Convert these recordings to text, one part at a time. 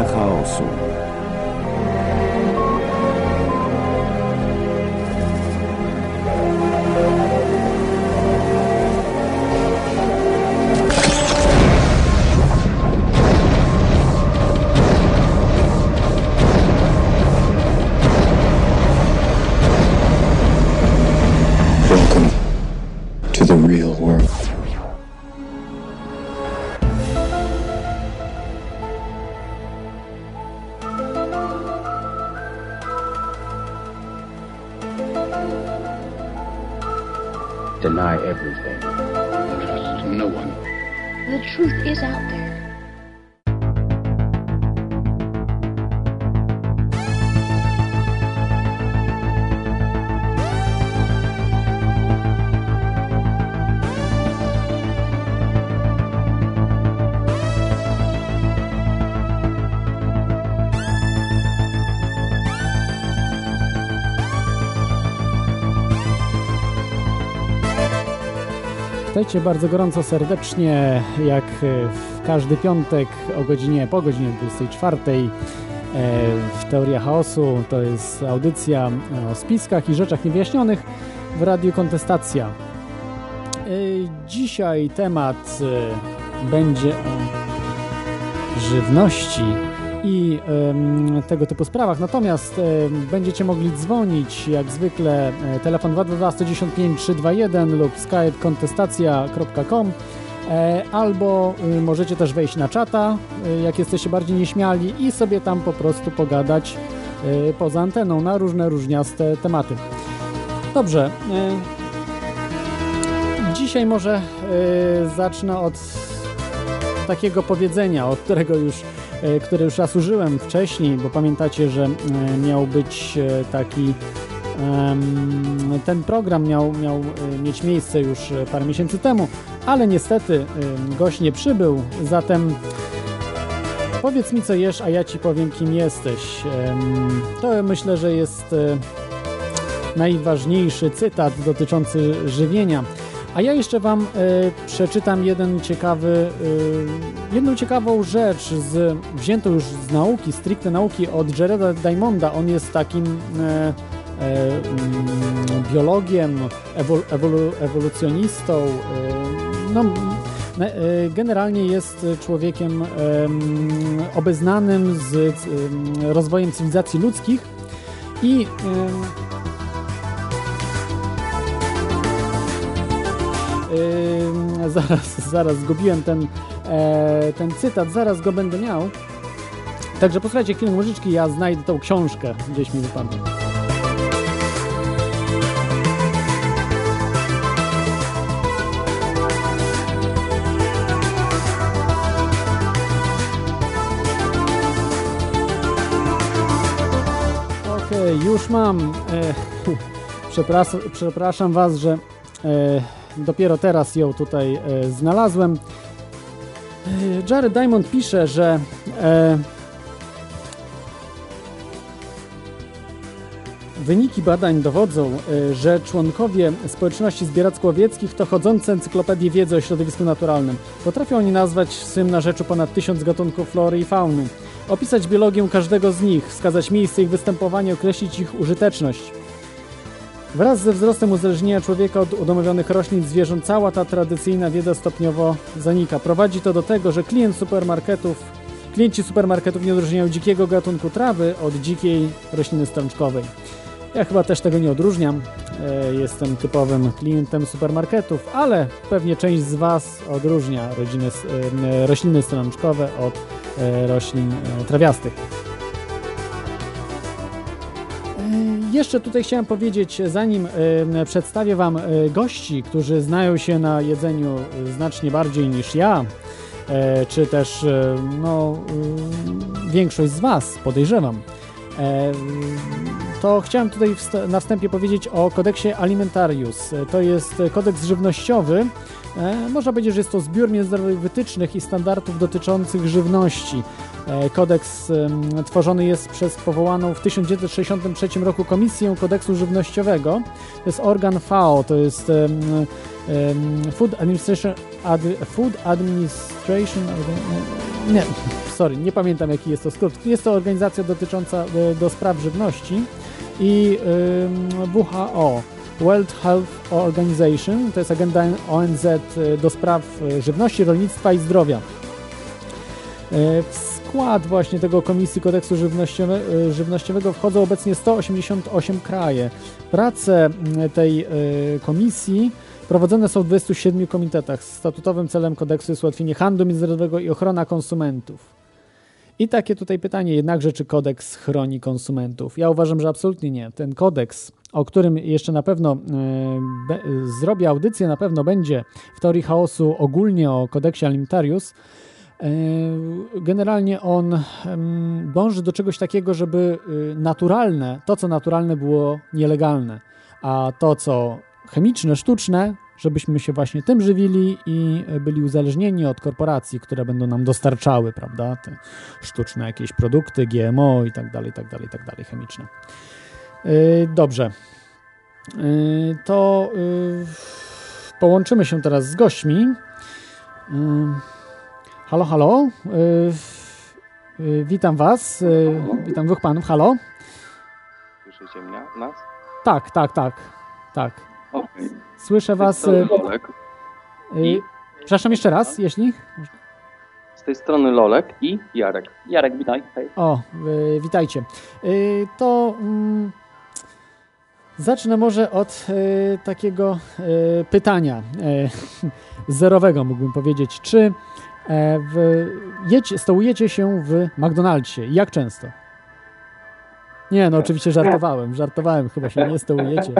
Teoria chaosu. Welcome to the real world. Deny everything. Trust no one. The truth is out there. Witajcie bardzo gorąco, serdecznie, jak w każdy piątek po godzinie 24 w Teoria Chaosu. To jest audycja o spiskach i rzeczach niewyjaśnionych w Radiu Kontestacja. Dzisiaj temat będzie o żywności i tego typu sprawach. Natomiast będziecie mogli dzwonić jak zwykle, telefon 222 195 321 lub skype kontestacja.com, albo możecie też wejść na czata, jak jesteście bardziej nieśmiali, i sobie tam po prostu pogadać poza anteną na różne różniaste tematy. Dobrze, dzisiaj może zacznę od takiego powiedzenia, które już raz użyłem wcześniej, bo pamiętacie, że miał być taki ten program miał mieć miejsce już parę miesięcy temu, ale niestety gość nie przybył, zatem powiedz mi, co jesz, a ja ci powiem, kim jesteś. To myślę, że jest najważniejszy cytat dotyczący żywienia. A ja jeszcze Wam przeczytam jedną ciekawą rzecz wziętą już z nauki, stricte nauki, od Jareda Diamonda. On jest takim biologiem, ewolucjonistą. Generalnie jest człowiekiem obeznanym z rozwojem cywilizacji ludzkich i zaraz zgubiłem ten cytat, zaraz go będę miał. Także posłuchajcie chwilę muzyczki, ja znajdę tą książkę, gdzieś mi wypadła. Okej, już mam. Przepraszam Was, że dopiero teraz ją tutaj znalazłem. Jared Diamond pisze, że wyniki badań dowodzą, że członkowie społeczności zbieracko-łowieckich to chodzące encyklopedie wiedzy o środowisku naturalnym. Potrafią oni nazwać swym narzeczu ponad 1000 gatunków flory i fauny, opisać biologię każdego z nich, wskazać miejsce ich występowania, określić ich użyteczność. Wraz ze wzrostem uzależnienia człowieka od udomowionych roślin, zwierząt, cała ta tradycyjna wiedza stopniowo zanika. Prowadzi to do tego, że klienci supermarketów nie odróżniają dzikiego gatunku trawy od dzikiej rośliny strączkowej. Ja chyba też tego nie odróżniam. Jestem typowym klientem supermarketów, ale pewnie część z Was odróżnia rośliny strączkowe od roślin trawiastych. Jeszcze tutaj chciałem powiedzieć, zanim przedstawię Wam gości, którzy znają się na jedzeniu znacznie bardziej niż ja, czy też większość z Was, podejrzewam, to chciałem tutaj na wstępie powiedzieć o kodeksie Alimentarius. To jest kodeks żywnościowy. Można powiedzieć, że jest to zbiór międzynarodowych wytycznych i standardów dotyczących żywności. Kodeks tworzony jest przez powołaną w 1963 roku Komisję Kodeksu Żywnościowego. To jest organ FAO, to jest Food Administration, sorry, nie pamiętam jaki jest to skrót. Jest to organizacja dotycząca do spraw żywności i WHO, World Health Organization, to jest agenda ONZ do spraw żywności, rolnictwa i zdrowia. W skład właśnie tego Komisji Kodeksu Żywnościowego wchodzą obecnie 188 kraje. Prace tej komisji prowadzone są w 27 komitetach. Statutowym celem kodeksu jest ułatwienie handlu międzynarodowego i ochrona konsumentów. I takie tutaj pytanie, jednakże czy kodeks chroni konsumentów? Ja uważam, że absolutnie nie. Ten kodeks, o którym jeszcze na pewno zrobię audycję, na pewno będzie w teorii chaosu ogólnie o kodeksie alimentarius. Generalnie on dąży do czegoś takiego, żeby to co naturalne było nielegalne, a to co chemiczne, sztuczne, żebyśmy się właśnie tym żywili i byli uzależnieni od korporacji, które będą nam dostarczały, prawda, te sztuczne jakieś produkty, GMO i tak dalej, chemiczne. Dobrze. To połączymy się teraz z gośćmi. Halo, halo. Witam was. Witam dwóch panów. Halo. Słyszycie mnie? Nas? Tak. Okay. Słyszę was. Lolek. Przepraszam jeszcze raz, jeśli. Z tej strony Lolek i Jarek. Jarek, witaj. Hej. O, witajcie. To zacznę może od takiego pytania zerowego, mógłbym powiedzieć. Czy stołujecie się w McDonald'sie? Jak często? Nie, no oczywiście żartowałem, chyba się nie stołujecie.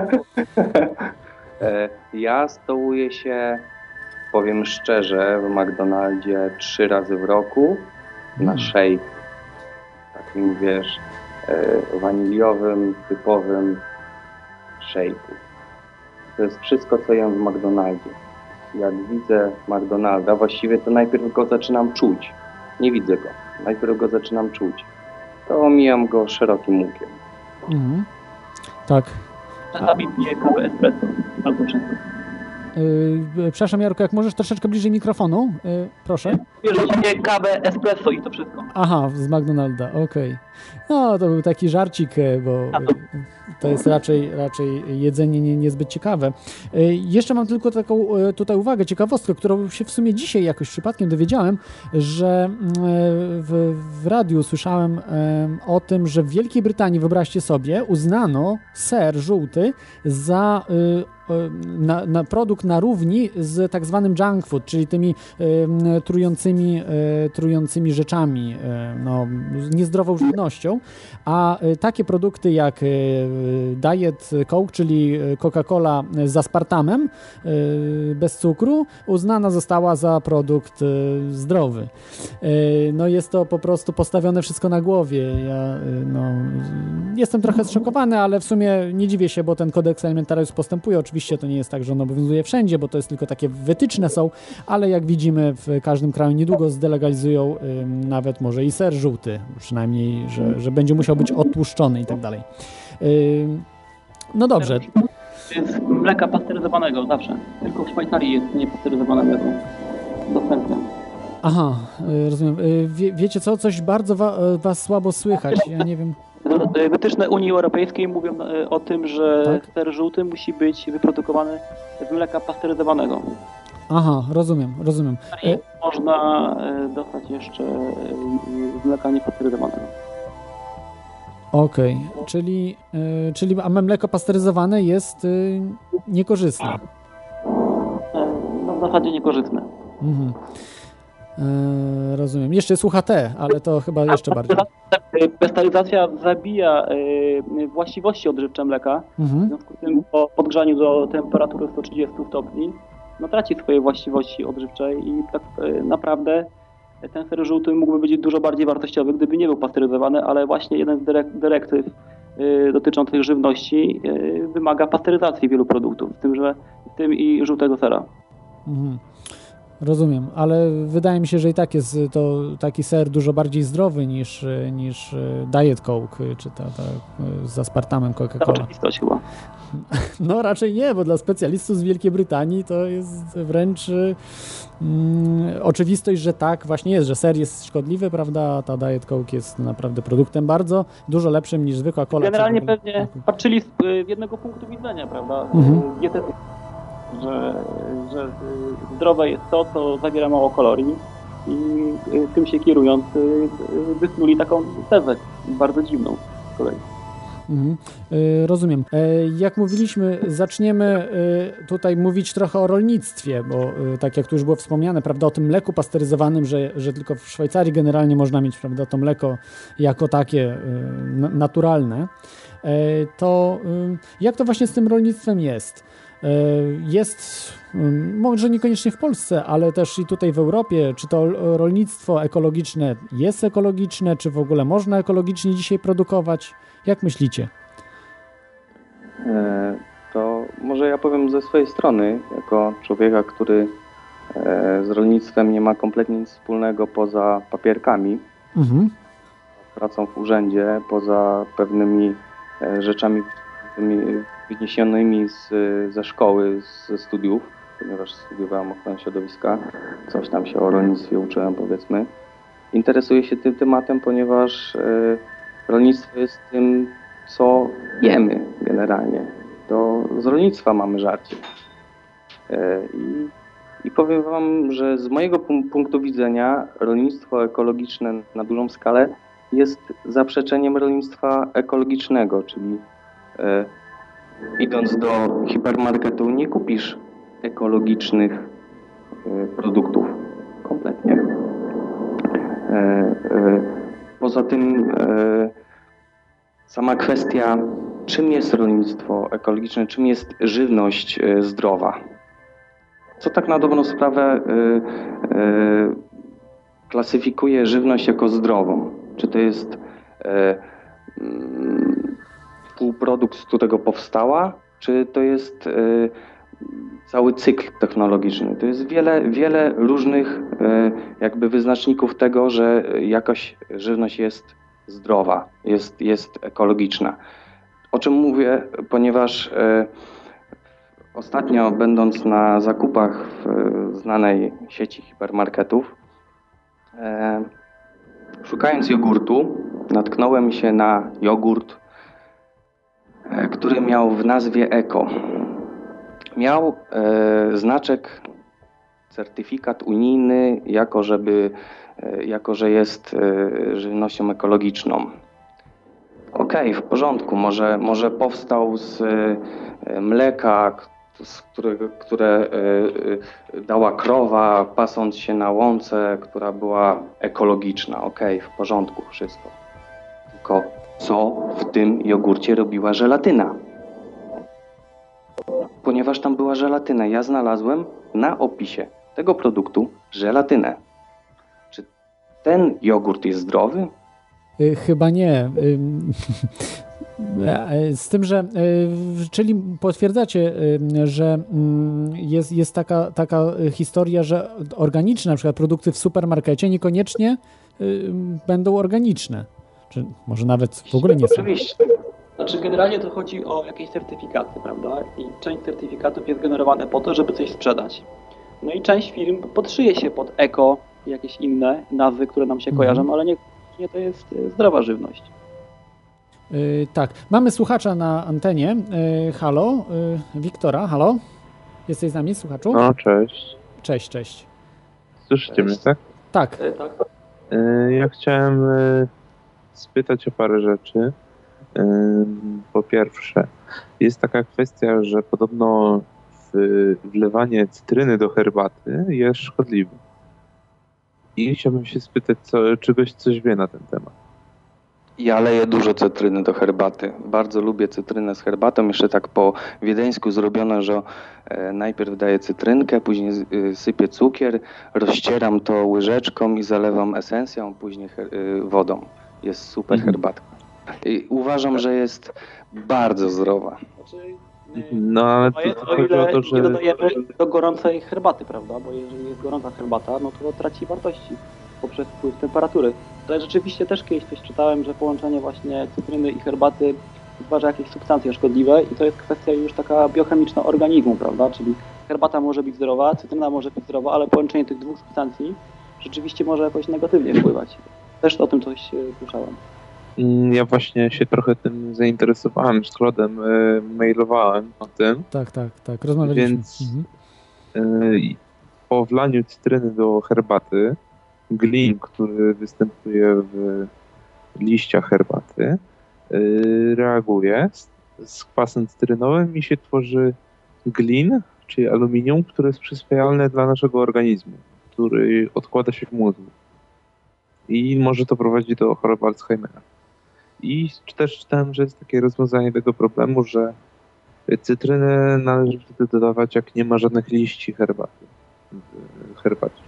Ja stołuję się, powiem szczerze, w McDonaldzie 3 razy w roku na shake. Takim, wiesz, waniliowym, typowym shake'u. To jest wszystko, co jem w McDonaldzie. Jak widzę McDonalda, właściwie to najpierw go zaczynam czuć. Nie widzę go. Najpierw go zaczynam czuć. To omijam go szerokim łukiem. Tak. Czasami piję kawę espresso. Albo często. Przepraszam, Jarku, jak możesz troszeczkę bliżej mikrofonu? Proszę. Piję kawę espresso i to wszystko. Aha, z McDonalda, okej. No, to był taki żarcik, bo to jest raczej jedzenie niezbyt ciekawe. Jeszcze mam tylko taką tutaj uwagę, ciekawostkę, którą się w sumie dzisiaj jakoś przypadkiem dowiedziałem, że w radiu słyszałem o tym, że w Wielkiej Brytanii, wyobraźcie sobie, uznano ser żółty za na produkt na równi z tak zwanym junk food, czyli tymi trującymi rzeczami, niezdrową żywnością, a takie produkty jak Diet Coke, czyli Coca-Cola z aspartamem, bez cukru, uznana została za produkt zdrowy. No jest to po prostu postawione wszystko na głowie. Ja jestem trochę zszokowany, ale w sumie nie dziwię się, bo ten kodeks alimentarius postępuje. Oczywiście to nie jest tak, że on obowiązuje wszędzie, bo to jest tylko takie wytyczne są, ale jak widzimy w każdym kraju niedługo zdelegalizują nawet może i ser żółty, przynajmniej, że będzie musiał być odtłuszczony i tak dalej. No dobrze. Jest mleka pasteryzowanego zawsze. Tylko w Szwajcarii jest niepasteryzowane mleko dostępne. Aha, rozumiem. Wiecie co? Coś bardzo was słabo słychać. Ja nie wiem. Wytyczne Unii Europejskiej mówią o tym, że ser żółty musi być wyprodukowany z mleka pasteryzowanego. Aha, rozumiem. I można dostać jeszcze z mleka niepasteryzowanego. Okej, czyli a mleko pasteryzowane jest niekorzystne. No w zasadzie niekorzystne. Mhm. Rozumiem. Jeszcze jest UHT, ale to chyba jeszcze bardziej. Pasteryzacja zabija właściwości odżywcze mleka. W związku z tym po podgrzaniu do temperatury 130 stopni traci swoje właściwości odżywcze i tak naprawdę ten ser żółty mógłby być dużo bardziej wartościowy, gdyby nie był pasteryzowany, ale właśnie jeden z dyrektyw dotyczących żywności wymaga pasteryzacji wielu produktów, w tym i żółtego sera. Rozumiem, ale wydaje mi się, że i tak jest to taki ser dużo bardziej zdrowy niż Diet Coke, czy z aspartamem Coca-Cola. To oczywistość chyba. No raczej nie, bo dla specjalistów z Wielkiej Brytanii to jest wręcz oczywistość, że tak właśnie jest, że ser jest szkodliwy, prawda, a ta Diet Coke jest naprawdę produktem bardzo dużo lepszym niż zwykła cola. Generalnie pewnie patrzyli z jednego punktu widzenia, prawda, dietetyki, że zdrowe jest to, co zawiera mało kalorii i tym się kierując wysnuli taką tezę bardzo dziwną z kolei. Rozumiem. Jak mówiliśmy, zaczniemy tutaj mówić trochę o rolnictwie, bo tak jak tu już było wspomniane, prawda, o tym mleku pasteryzowanym, że tylko w Szwajcarii generalnie można mieć, prawda, to mleko jako takie naturalne. To jak to właśnie z tym rolnictwem jest? Jest, może niekoniecznie w Polsce, ale też i tutaj w Europie, czy to rolnictwo ekologiczne jest ekologiczne, czy w ogóle można ekologicznie dzisiaj produkować? Jak myślicie? To może ja powiem ze swojej strony, jako człowieka, który z rolnictwem nie ma kompletnie nic wspólnego poza papierkami, pracą w urzędzie, poza pewnymi rzeczami wyniesionymi ze szkoły, ze studiów, ponieważ studiowałem ochronę środowiska, coś tam się o rolnictwie uczyłem, powiedzmy. Interesuję się tym tematem, ponieważ rolnictwo jest tym, co jemy generalnie. To z rolnictwa mamy żarcie. I powiem wam, że z mojego punktu widzenia rolnictwo ekologiczne na dużą skalę jest zaprzeczeniem rolnictwa ekologicznego, czyli idąc do hipermarketu nie kupisz ekologicznych produktów. Kompletnie. Poza tym sama kwestia, czym jest rolnictwo ekologiczne, czym jest żywność zdrowa. Co tak na dobrą sprawę klasyfikuje żywność jako zdrową? Czy to jest półprodukt, z którego powstała, czy to jest cały cykl technologiczny? To jest wiele różnych jakby wyznaczników tego, że jakaś żywność jest zdrowa, jest ekologiczna. O czym mówię? Ponieważ ostatnio, będąc na zakupach w znanej sieci hipermarketów, szukając jogurtu, natknąłem się na jogurt, który miał w nazwie Eko. Miał znaczek, certyfikat unijny, jako że jest żywnością ekologiczną. Okej, w porządku, może powstał z mleka, które dała krowa, pasąc się na łące, która była ekologiczna. Okej, w porządku, wszystko. Tylko co w tym jogurcie robiła żelatyna? Ponieważ tam była żelatyna, ja znalazłem na opisie tego produktu żelatynę. Czy ten jogurt jest zdrowy? Chyba nie. Z tym, że czyli potwierdzacie, że jest taka historia, że organiczne, na przykład produkty w supermarkecie niekoniecznie będą organiczne. Czy może nawet w ogóle nie są. Oczywiście. Znaczy generalnie to chodzi o jakieś certyfikaty, prawda? I część certyfikatów jest generowana po to, żeby coś sprzedać. No i część firm podszyje się pod eko i jakieś inne nazwy, które nam się kojarzą, ale nie to jest zdrowa żywność. Tak. Mamy słuchacza na antenie. Halo? Wiktora, halo? Jesteś z nami, słuchaczu? No, cześć. Cześć. Słyszycie mnie, tak? Tak. Tak. Ja chciałem spytać o parę rzeczy. Po pierwsze, jest taka kwestia, że podobno wlewanie cytryny do herbaty jest szkodliwe. I chciałbym się spytać, czy gość coś wie na ten temat. Ja leję dużo cytryny do herbaty. Bardzo lubię cytrynę z herbatą. Jeszcze tak po wiedeńsku zrobiono, że najpierw daję cytrynkę, później sypię cukier, rozcieram to łyżeczką i zalewam esencją, później wodą. Jest super herbatka. I uważam, że jest bardzo zdrowa. Znaczy, No ale o ile nie dodajemy do gorącej herbaty, prawda? Bo jeżeli jest gorąca herbata, no to traci wartości poprzez wpływ temperatury. Ale rzeczywiście też kiedyś coś czytałem, że połączenie właśnie cytryny i herbaty wytwarza jakieś substancje szkodliwe i to jest kwestia już taka biochemiczna organizmu, prawda? Czyli herbata może być zdrowa, cytryna może być zdrowa, ale połączenie tych dwóch substancji rzeczywiście może jakoś negatywnie wpływać. Też o tym coś słyszałem. Ja właśnie się trochę tym zainteresowałem, z Claude'em mailowałem o tym. Tak, rozmawialiśmy. Więc po wlaniu cytryny do herbaty, glin, który występuje w liściach herbaty, reaguje z kwasem cytrynowym i się tworzy glin, czyli aluminium, które jest przyswajalne dla naszego organizmu, który odkłada się w mózgu. I może to prowadzić do choroby Alzheimera. I też czytałem, że jest takie rozwiązanie tego problemu, że cytrynę należy wtedy dodawać, jak nie ma żadnych liści herbaty w herbacie.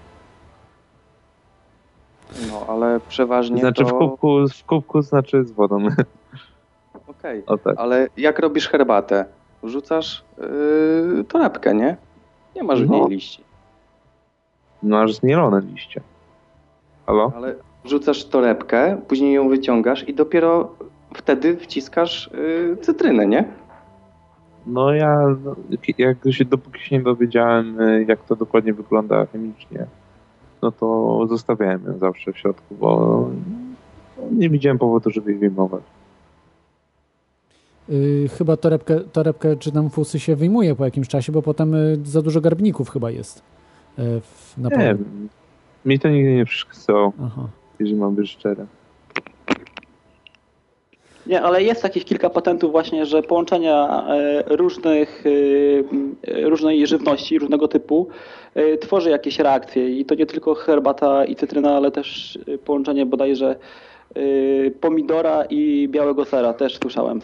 No, ale przeważnie znaczy to... w kubku znaczy z wodą. Okej, tak. Ale jak robisz herbatę? Wrzucasz torebkę, nie? Nie masz w niej liści. Masz zmielone liście. Halo? Ale wrzucasz torebkę, później ją wyciągasz i dopiero wtedy wciskasz cytrynę, nie? No dopóki się nie dowiedziałem, jak to dokładnie wygląda chemicznie, no to zostawiałem ją zawsze w środku, bo nie widziałem powodu, żeby jej wyjmować. Chyba torebkę czy tam fusy się wyjmuje po jakimś czasie, bo potem za dużo garbników chyba jest. Nie, mi to nigdy nie przeszkadzało, jeżeli mam być szczery. Nie, ale jest jakieś kilka patentów właśnie, że połączenia różnej żywności, różnego typu tworzy jakieś reakcje i to nie tylko herbata i cytryna, ale też połączenie bodajże pomidora i białego sera, też słyszałem.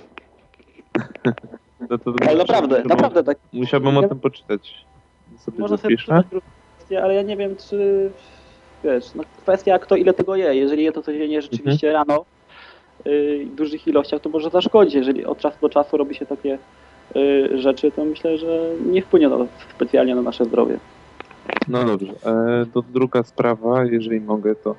Ale naprawdę tak. Musiałbym o tym poczytać. Można sobie poczytać, ale ja nie wiem, czy wiesz, no kwestia kto ile tego je. Jeżeli je to codziennie rzeczywiście rano w dużych ilościach, to może zaszkodzić. Jeżeli od czasu do czasu robi się takie rzeczy, to myślę, że nie wpłynie to specjalnie na nasze zdrowie. No dobrze. To druga sprawa, jeżeli mogę, to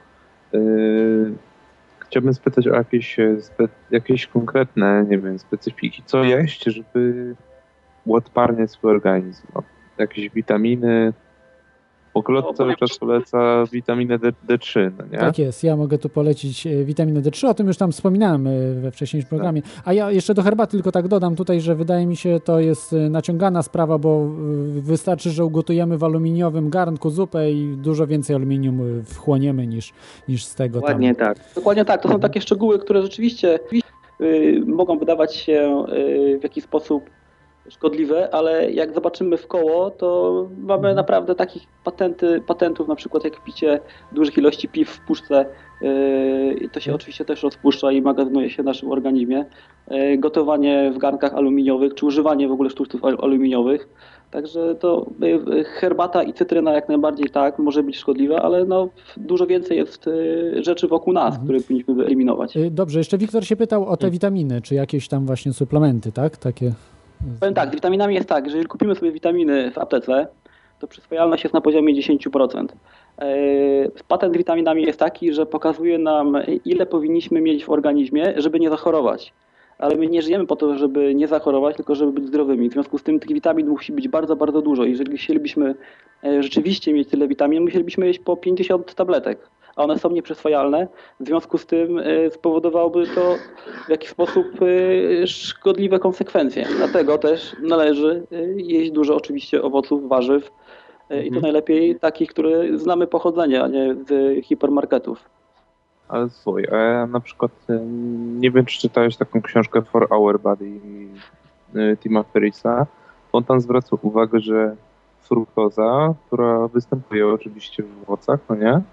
chciałbym spytać o jakieś konkretne, nie wiem, specyfiki. Co jeść, żeby uodparniać swój organizm? Jakieś witaminy? Bo Claude cały czas poleca witaminę D3, no nie? Tak jest, ja mogę tu polecić witaminę D3, o tym już tam wspominałem we wcześniejszym programie. A ja jeszcze do herbaty tylko tak dodam tutaj, że wydaje mi się to jest naciągana sprawa, bo wystarczy, że ugotujemy w aluminiowym garnku zupę i dużo więcej aluminium wchłoniemy niż z tego. Dokładnie tak. Dokładnie tak, to są takie szczegóły, które rzeczywiście mogą wydawać się w jakiś sposób szkodliwe, ale jak zobaczymy w koło, to mamy naprawdę takich patentów, na przykład jak picie dużych ilości piw w puszce, to się oczywiście też rozpuszcza i magazynuje się w naszym organizmie, gotowanie w garnkach aluminiowych, czy używanie w ogóle sztuczców aluminiowych, także to herbata i cytryna jak najbardziej tak, może być szkodliwa, ale no, dużo więcej jest rzeczy wokół nas, które powinniśmy wyeliminować. Dobrze, jeszcze Wiktor się pytał o te witaminy, czy jakieś tam właśnie suplementy, tak? Takie... Powiem tak, z witaminami jest tak, że jeżeli kupimy sobie witaminy w aptece, to przyswajalność jest na poziomie 10%. Patent z witaminami jest taki, że pokazuje nam, ile powinniśmy mieć w organizmie, żeby nie zachorować. Ale my nie żyjemy po to, żeby nie zachorować, tylko żeby być zdrowymi. W związku z tym tych witamin musi być bardzo, bardzo dużo. Jeżeli chcielibyśmy rzeczywiście mieć tyle witamin, musielibyśmy jeść po 50 tabletek. A one są nieprzyswajalne, w związku z tym spowodowałoby to w jakiś sposób szkodliwe konsekwencje. Dlatego też należy jeść dużo oczywiście owoców, warzyw i to najlepiej takich, które znamy pochodzenia, a nie z hipermarketów. Ale słuchaj, a ja na przykład nie wiem, czy czytałeś taką książkę For Our Body Tima Ferrissa. On tam zwraca uwagę, że fruktoza, która występuje oczywiście w owocach, no nie?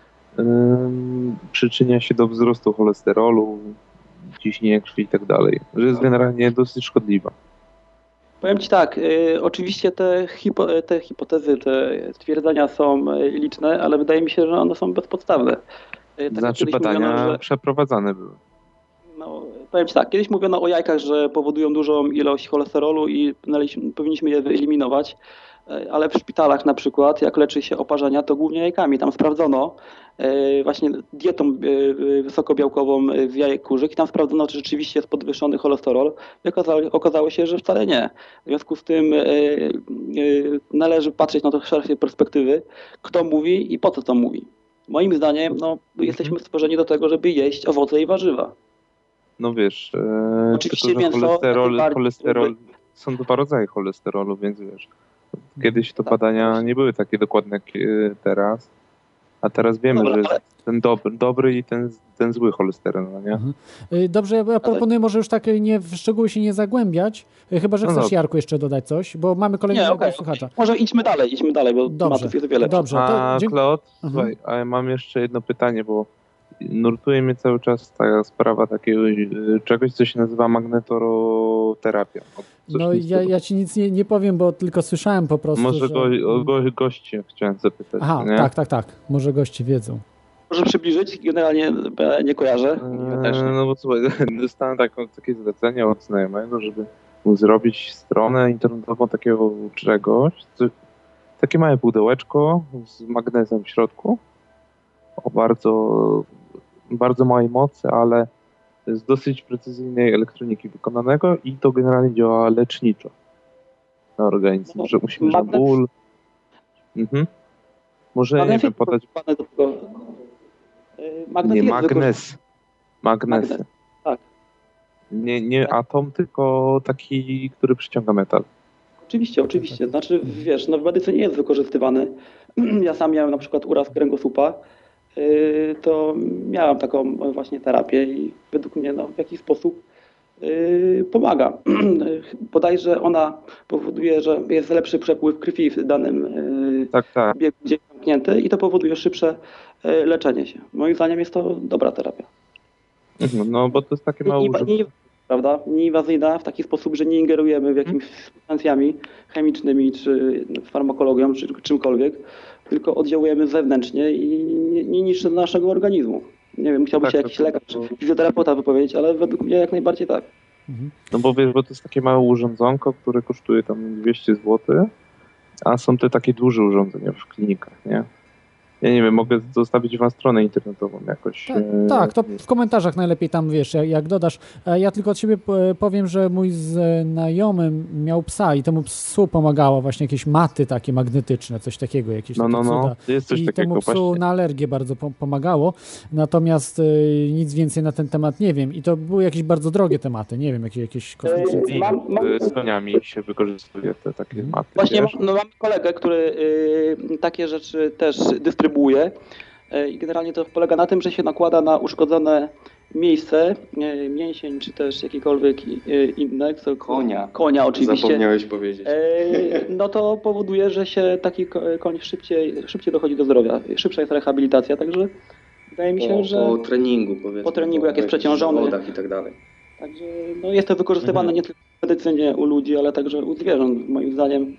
Przyczynia się do wzrostu cholesterolu, ciśnienia krwi i tak dalej, że jest generalnie dosyć szkodliwa. Powiem Ci tak, oczywiście te hipotezy, te stwierdzenia są liczne, ale wydaje mi się, że one są bezpodstawne. Tak znaczy badania przeprowadzane były. No, Powiem Ci tak, kiedyś mówiono o jajkach, że powodują dużą ilość cholesterolu i powinniśmy je wyeliminować, ale w szpitalach na przykład, jak leczy się oparzenia, to głównie jajkami. Tam sprawdzono właśnie dietą wysokobiałkową w jajek kurzych i tam sprawdzono, czy rzeczywiście jest podwyższony cholesterol i okazało się, że wcale nie. W związku z tym należy patrzeć na to z szerszej perspektywy, kto mówi i po co to mówi. Moim zdaniem jesteśmy stworzeni do tego, żeby jeść owoce i warzywa. No wiesz, Oczywiście tylko, że mięso, cholesterol, są dwa rodzaje cholesterolu, więc wiesz, kiedyś to badania nie były takie dokładne jak teraz, a teraz wiemy, że jest ten dobry i ten zły cholesterol, no nie? Dobrze, ja proponuję może już tak w szczegóły się nie zagłębiać, chyba że chcesz, Jarku, jeszcze dodać coś, bo mamy kolejnego słuchacza. Może idźmy dalej, bo tematów jest wiele. Dobrze. Claude, słuchaj, a ja mam jeszcze jedno pytanie, bo nurtuje mnie cały czas ta sprawa takiego czegoś, co się nazywa magnetoroterapia. No ja ci nic nie powiem, bo tylko słyszałem po prostu. Może goście chciałem zapytać. Aha, nie? Tak. Może goście wiedzą. Może przybliżyć? Generalnie nie kojarzę. Ja też nie. No bo słuchaj, dostałem takie zlecenie od znajomego, żeby mu zrobić stronę internetową takiego czegoś. Takie małe pudełeczko z magnezem w środku. O bardzo małej mocy, ale z dosyć precyzyjnej elektroniki wykonanego i to generalnie działa leczniczo na organizm, że musimy mieć ból. Może nie wiem, podać... Magnes. Tak. Nie atom, tylko taki, który przyciąga metal. Oczywiście. Znaczy, wiesz, w medycynie nie jest wykorzystywany. Ja sam miałem na przykład uraz kręgosłupa, to miałem taką właśnie terapię i według mnie w jakiś sposób pomaga. Bodajże ona powoduje, że jest lepszy przepływ krwi w danym biegu, gdzie jest zamknięty i to powoduje szybsze leczenie się. Moim zdaniem jest to dobra terapia. No bo to jest takie małe urządzenie. Prawda? Nieinwazyjna w taki sposób, że nie ingerujemy w jakimiś substancjami chemicznymi, czy farmakologią, czy czymkolwiek, tylko oddziałujemy zewnętrznie i nie niszczy naszego organizmu. Nie wiem, musiałby się jakiś lekarz, fizjoterapeuta wypowiedzieć, ale według mnie jak najbardziej tak. No bo wiesz, bo to jest takie małe urządzonko, które kosztuje tam 200 zł, a są te takie duże urządzenia w klinikach, nie? Ja nie wiem, mogę zostawić wam stronę internetową jakoś. Tak, to w komentarzach najlepiej tam, wiesz, jak dodasz. Ja tylko od siebie powiem, że mój znajomy miał psa i temu psu pomagało właśnie jakieś maty takie magnetyczne, coś takiego, jakieś takie cuda. Jest coś i takiego, temu psu właśnie. na alergię bardzo pomagało, natomiast nic więcej na ten temat nie wiem. I to były jakieś bardzo drogie tematy, nie wiem, jakieś kosmiczne. Z koniami się wykorzystuje te takie maty. Właśnie mam kolegę, który takie rzeczy też dystrybuuje i generalnie to polega na tym, że się nakłada na uszkodzone miejsce, mięsień czy też jakiekolwiek inne. Konia oczywiście. Zapomniałeś powiedzieć. No to powoduje, że się taki koń szybciej dochodzi do zdrowia, szybsza jest rehabilitacja, także wydaje mi się, że... Po treningu powiedzmy. Po treningu, jak jest przeciążony. I tak dalej. Także jest to wykorzystywane nie tylko w medycynie u ludzi, ale także u zwierząt. Moim zdaniem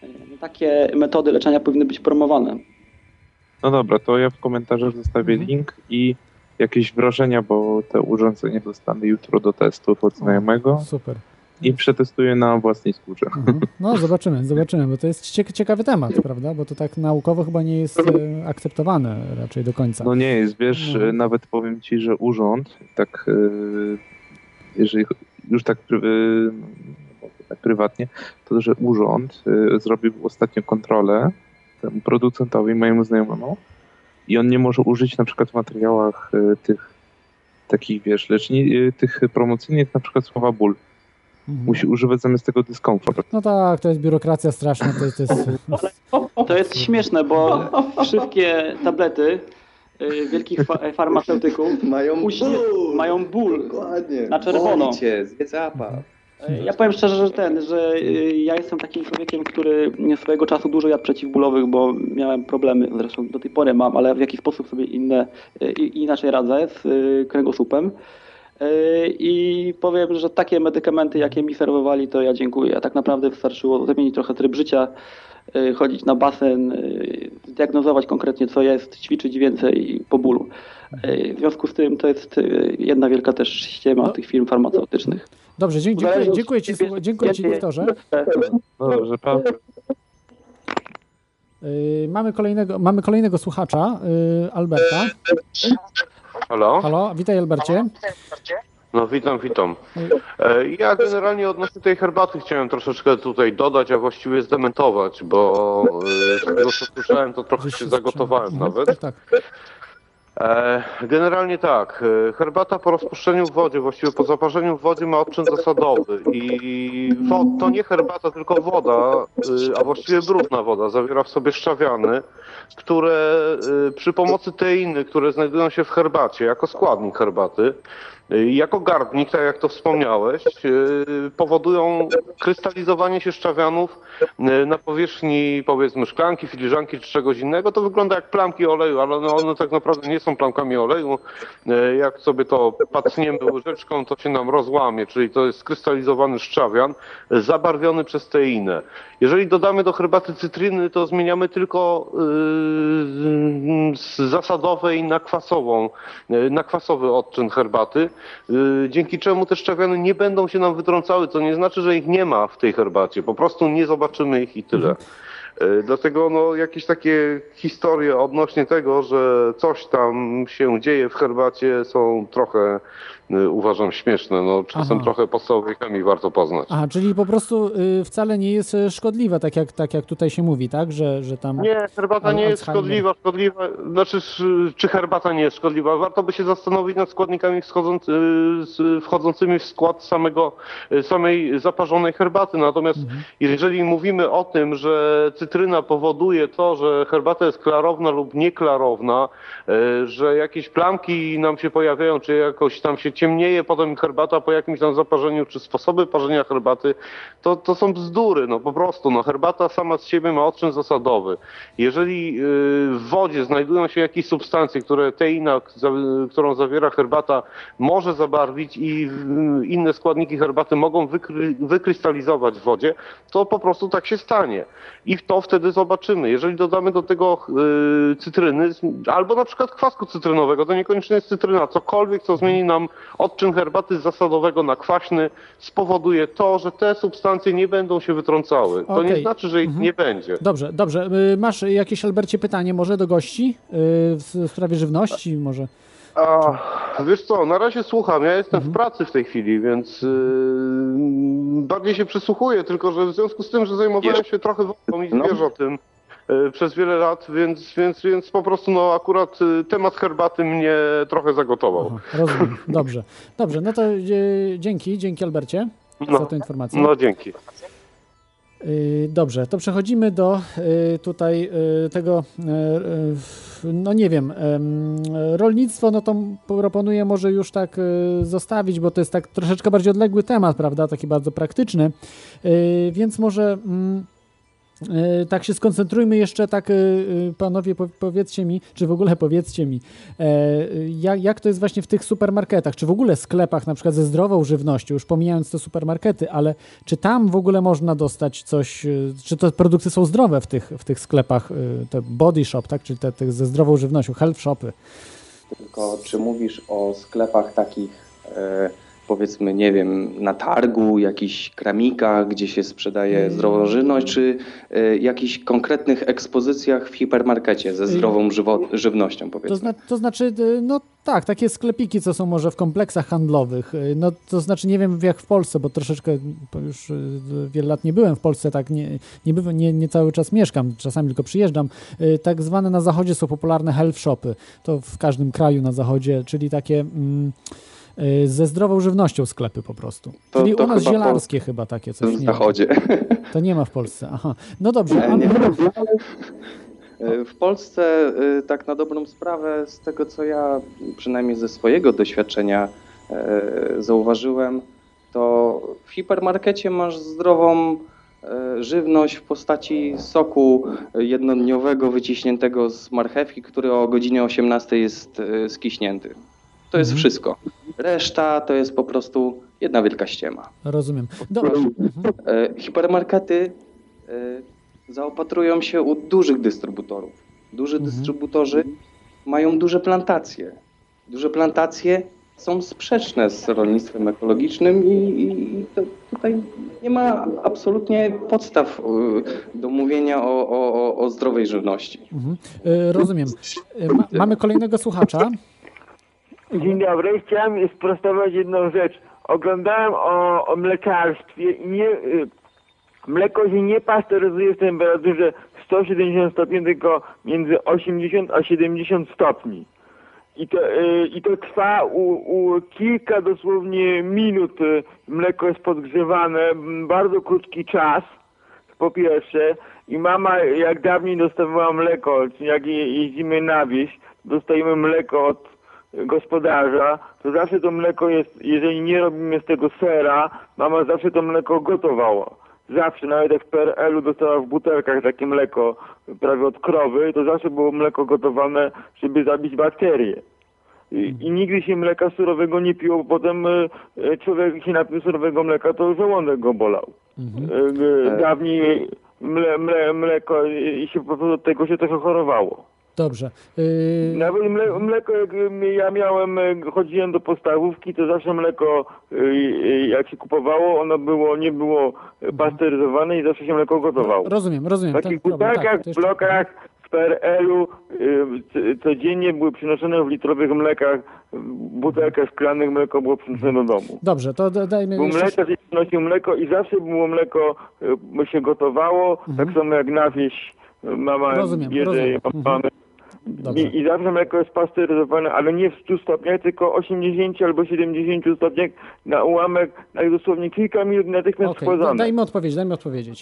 takie metody leczenia powinny być promowane. No dobra, to ja w komentarzach zostawię link i jakieś wrażenia, bo te urządzenie dostanę jutro do testów od znajomego. Super. I przetestuję na własnej skórze. No zobaczymy, bo to jest ciekawy temat, prawda? Bo to tak naukowo chyba nie jest akceptowane raczej do końca. No nie jest, wiesz, nawet powiem ci, że urząd, tak jeżeli już tak prywatnie, to że urząd zrobił ostatnio kontrolę temu producentowi, mojemu znajomemu i on nie może użyć na przykład w materiałach tych takich, wiesz, tych promocyjnych na przykład słowa ból. Musi używać zamiast tego dyskomfort. No tak, to jest biurokracja straszna. To jest śmieszne, bo wszystkie tablety wielkich farmaceutyków mają ból. Dokładnie. Na czerwono. Zjedz apa. Ja powiem szczerze, że ja jestem takim człowiekiem, który swojego czasu dużo jadł przeciwbólowych, bo miałem problemy, zresztą do tej pory mam, ale w jakiś sposób sobie inaczej radzę z kręgosłupem. I powiem, że takie medykamenty, jakie mi serwowali, to ja dziękuję. A tak naprawdę wystarczyło zmienić trochę tryb życia, chodzić na basen, zdiagnozować konkretnie co jest, ćwiczyć więcej po bólu. W związku z tym to jest jedna wielka też ściema tych firm farmaceutycznych. Dobrze, dziękuję Ci, doktorze. Dobrze, pan. Mamy kolejnego słuchacza, Alberta. Halo? Halo, witaj Albercie. No witam. Ja generalnie odnośnie tej herbaty chciałem troszeczkę tutaj dodać, a właściwie zdementować, bo z tego co słyszałem, to trochę się zagotowałem nawet. Tak. Generalnie tak, herbata po rozpuszczeniu w wodzie, właściwie po zaparzeniu w wodzie ma odczyn zasadowy i to nie herbata, tylko woda, a właściwie brudna woda, zawiera w sobie szczawiany, które przy pomocy teiny, które znajdują się w herbacie jako składnik herbaty, jako garbnik, tak jak to wspomniałeś, powodują krystalizowanie się szczawianów na powierzchni, powiedzmy, szklanki, filiżanki czy czegoś innego. To wygląda jak plamki oleju, ale one tak naprawdę nie są plamkami oleju. Jak sobie to pacniemy łyżeczką, to się nam rozłamie, czyli to jest skrystalizowany szczawian zabarwiony przez teinę. Jeżeli dodamy do herbaty cytryny, to zmieniamy tylko z zasadowej na kwasowy odczyn herbaty, dzięki czemu te szczawiany nie będą się nam wytrącały, co nie znaczy, że ich nie ma w tej herbacie, po prostu nie zobaczymy ich i tyle. Dlatego jakieś takie historie odnośnie tego, że coś tam się dzieje w herbacie, są trochę, uważam, śmieszne. Czasem trochę podstawowej chemii warto poznać. Aha, czyli po prostu wcale nie jest szkodliwa, tak jak tutaj się mówi, tak? Że tam... Nie, herbata nie jest szkodliwa. Znaczy, czy herbata nie jest szkodliwa? Warto by się zastanowić nad składnikami wchodzącymi w skład samej zaparzonej herbaty. Natomiast jeżeli mówimy o tym, że cytryna powoduje to, że herbata jest klarowna lub nieklarowna, że jakieś plamki nam się pojawiają, czy jakoś tam się ciemnieje potem herbata po jakimś tam zaparzeniu, czy sposoby parzenia herbaty, to są bzdury, po prostu. Herbata sama z siebie ma odczyn zasadowy. Jeżeli w wodzie znajdują się jakieś substancje, które teina, którą zawiera herbata, może zabarwić i inne składniki herbaty mogą wykrystalizować w wodzie, to po prostu tak się stanie. I to wtedy zobaczymy. Jeżeli dodamy do tego cytryny, albo na przykład kwasku cytrynowego, to niekoniecznie jest cytryna, cokolwiek, co zmieni nam odczyn herbaty z zasadowego na kwaśny, spowoduje to, że te substancje nie będą się wytrącały. To nie znaczy, że ich nie będzie. Dobrze. Masz jakieś, Albercie, pytanie może do gości w sprawie żywności może? Wiesz co, na razie słucham. Ja jestem w pracy w tej chwili, więc bardziej się przysłuchuję, tylko że w związku z tym, że zajmowałem się trochę wodą i zwierzętem przez wiele lat, więc po prostu akurat temat herbaty mnie trochę zagotował. Rozumiem. Dobrze, no to dzięki Albercie za tę informację. Dzięki. Dobrze, to przechodzimy do tutaj tego, nie wiem, rolnictwo, to proponuję może już tak zostawić, bo to jest tak troszeczkę bardziej odległy temat, prawda, taki bardzo praktyczny, więc może tak się skoncentrujmy jeszcze, tak panowie powiedzcie mi, czy w ogóle powiedzcie mi, jak to jest właśnie w tych supermarketach, czy w ogóle sklepach na przykład ze zdrową żywnością, już pomijając te supermarkety, ale czy tam w ogóle można dostać coś, czy te produkty są zdrowe w tych sklepach, te body shop, tak, czy te ze zdrową żywnością, health shopy? Tylko czy mówisz o sklepach takich, powiedzmy, nie wiem, na targu, jakichś kramikach, gdzie się sprzedaje zdrową żywność, czy jakichś konkretnych ekspozycjach w hipermarkecie ze zdrową żywnością, powiedzmy? To znaczy, tak, takie sklepiki, co są może w kompleksach handlowych. To znaczy, nie wiem jak w Polsce, bo troszeczkę już wiele lat nie byłem w Polsce, tak nie cały czas mieszkam, czasami tylko przyjeżdżam. Tak zwane na zachodzie są popularne health shopy. To w każdym kraju na zachodzie, czyli takie... ze zdrową żywnością sklepy po prostu. Czyli u nas zielarskie chyba takie coś. W zachodzie. To nie ma w Polsce. Aha. No dobrze. W Polsce tak na dobrą sprawę, z tego co ja przynajmniej ze swojego doświadczenia zauważyłem, to w hipermarkecie masz zdrową żywność w postaci soku jednodniowego wyciśniętego z marchewki, który o godzinie 18 jest skiśnięty. To jest wszystko. Reszta to jest po prostu jedna wielka ściema. Rozumiem. Dobra. Hipermarkety zaopatrują się u dużych dystrybutorów. Duży dystrybutorzy mają duże plantacje. Duże plantacje są sprzeczne z rolnictwem ekologicznym i to tutaj nie ma absolutnie podstaw do mówienia o zdrowej żywności. Rozumiem. Mamy kolejnego słuchacza. Dzień dobry. Chciałem sprostować jedną rzecz. Oglądałem o mleczarstwie i mleko się nie pasteryzuje w temperaturze 170 stopni, tylko między 80 a 70 stopni. I to trwa kilka dosłownie minut. Mleko jest podgrzewane, bardzo krótki czas, po pierwsze. I mama, jak dawniej dostawała mleko, jak jeździmy na wieś, dostajemy mleko od gospodarza, to zawsze to mleko jest, jeżeli nie robimy z tego sera, mama zawsze to mleko gotowała. Zawsze, nawet jak w PRL-u dostała w butelkach takie mleko prawie od krowy, to zawsze było mleko gotowane, żeby zabić bakterie. I nigdy się mleka surowego nie piło, bo potem człowiek się napił surowego mleka, to żołądek go bolał. Dawniej mleko i się po prostu od tego się trochę chorowało. Dobrze. Nawet mleko, jak ja chodziłem do podstawówki, to zawsze mleko, jak się kupowało, ono nie było pasteryzowane i zawsze się mleko gotowało. Rozumiem. W takich butelkach, w blokach, w PRL-u codziennie były przynoszone w litrowych mlekach, w butelkach szklanych mleko było przynoszone do domu. Dobrze, to dajmy... Bo mleczarz przynosił mleko i zawsze było mleko, się gotowało, tak samo jak na wieś mama bierze mamy. I zawsze mleko jest pasteryzowane, ale nie w 100 stopniach, tylko 80 albo 70 stopniach na ułamek, na dosłownie kilka minut natychmiast wchładzone. Dajmy odpowiedzieć.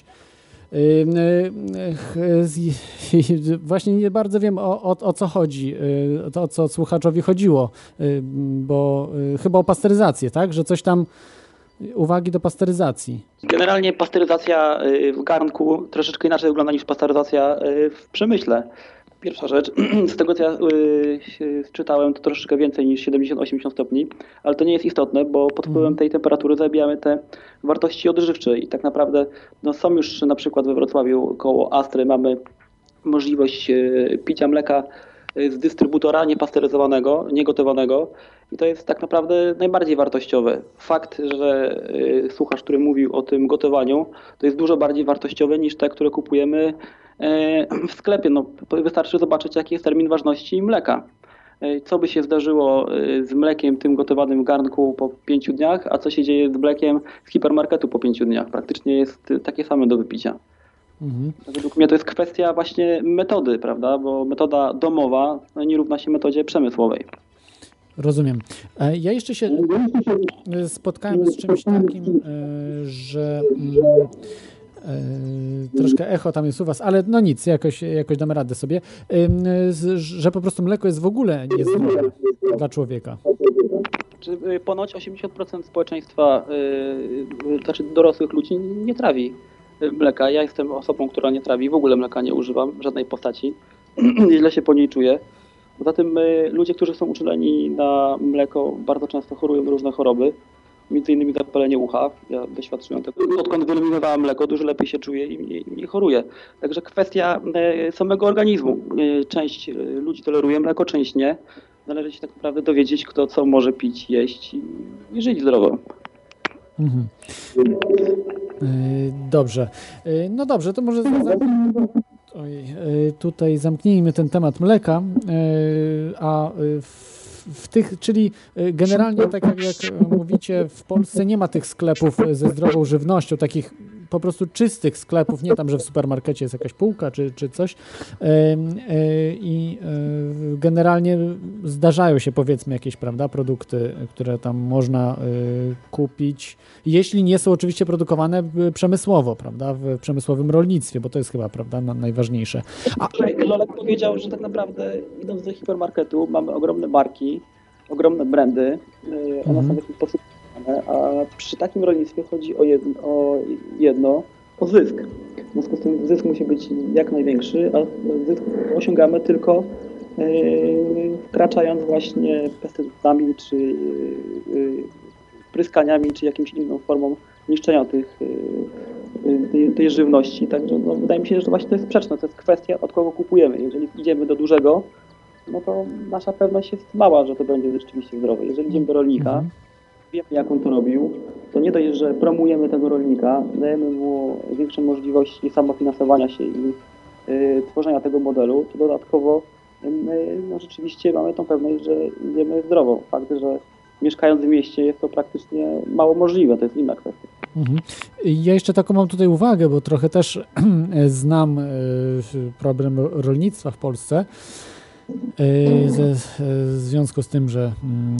Właśnie nie bardzo wiem o co chodzi, o co słuchaczowi chodziło, bo chyba o pasteryzację, tak? Że coś tam, uwagi do pasteryzacji. Generalnie pasteryzacja w garnku troszeczkę inaczej wygląda niż pasteryzacja w przemyśle. Pierwsza rzecz, z tego co ja czytałem, to troszeczkę więcej niż 70-80 stopni, ale to nie jest istotne, bo pod wpływem tej temperatury zabijamy te wartości odżywcze i tak naprawdę są już na przykład we Wrocławiu koło Astry mamy możliwość picia mleka z dystrybutora niepasteryzowanego, niegotowanego i to jest tak naprawdę najbardziej wartościowe. Fakt, że słuchacz, który mówił o tym gotowaniu, to jest dużo bardziej wartościowe niż te, które kupujemy w sklepie. No, wystarczy zobaczyć, jaki jest termin ważności mleka. Co by się zdarzyło z mlekiem tym gotowanym w garnku po 5 dniach, a co się dzieje z mlekiem z hipermarketu po 5 dniach. Praktycznie jest takie same do wypicia. Według mnie to jest kwestia właśnie metody, prawda? Bo metoda domowa nie równa się metodzie przemysłowej. Rozumiem. Ja jeszcze się spotkałem z czymś takim, że troszkę echo tam jest u was, ale no nic, jakoś damy radę sobie, że po prostu mleko jest w ogóle niezdrowe dla człowieka. Ponoć 80% społeczeństwa, znaczy dorosłych ludzi nie trawi mleka. Ja jestem osobą, która nie trawi, w ogóle mleka nie używam w żadnej postaci. Źle się po niej czuję. Poza tym ludzie, którzy są uczuleni na mleko, bardzo często chorują na różne choroby, między innymi zapalenie ucha. Ja doświadczyłem tego. Odkąd wyeliminowałem mleko, dużo lepiej się czuję i mniej choruję. Także kwestia samego organizmu. Część ludzi toleruje mleko, część nie. Należy się tak naprawdę dowiedzieć, kto co może pić, jeść i żyć zdrowo. Dobrze. No dobrze, to może tutaj zamknijmy ten temat mleka, a w tych, czyli generalnie tak jak mówicie, w Polsce nie ma tych sklepów ze zdrową żywnością, takich po prostu czystych sklepów, nie tam, że w supermarkecie jest jakaś półka czy coś i generalnie zdarzają się, powiedzmy, jakieś, prawda, produkty, które tam można kupić, jeśli nie są oczywiście produkowane przemysłowo, prawda, w przemysłowym rolnictwie, bo to jest chyba, prawda, najważniejsze. Lolek powiedział, że tak naprawdę idąc do hipermarketu mamy ogromne marki, ogromne brandy, one są w jakiś sposób, a przy takim rolnictwie chodzi o zysk. W związku z tym zysk musi być jak największy, a zysk osiągamy tylko wkraczając właśnie pestycydami, czy pryskaniami, czy jakimś inną formą niszczenia tej żywności. Także no, wydaje mi się, że właśnie to jest sprzeczne. To jest kwestia, od kogo kupujemy. Jeżeli idziemy do dużego, no to nasza pewność jest mała, że to będzie rzeczywiście zdrowe. Jeżeli idziemy do rolnika, wiemy, jak on to robił, to nie dość, że promujemy tego rolnika, dajemy mu większe możliwości samofinansowania się i tworzenia tego modelu, to dodatkowo no, rzeczywiście mamy tą pewność, że jemy zdrowo. Fakt, że mieszkając w mieście jest to praktycznie mało możliwe, to jest inna kwestia. Ja jeszcze taką mam tutaj uwagę, bo trochę też znam problem rolnictwa w Polsce. W związku z tym, że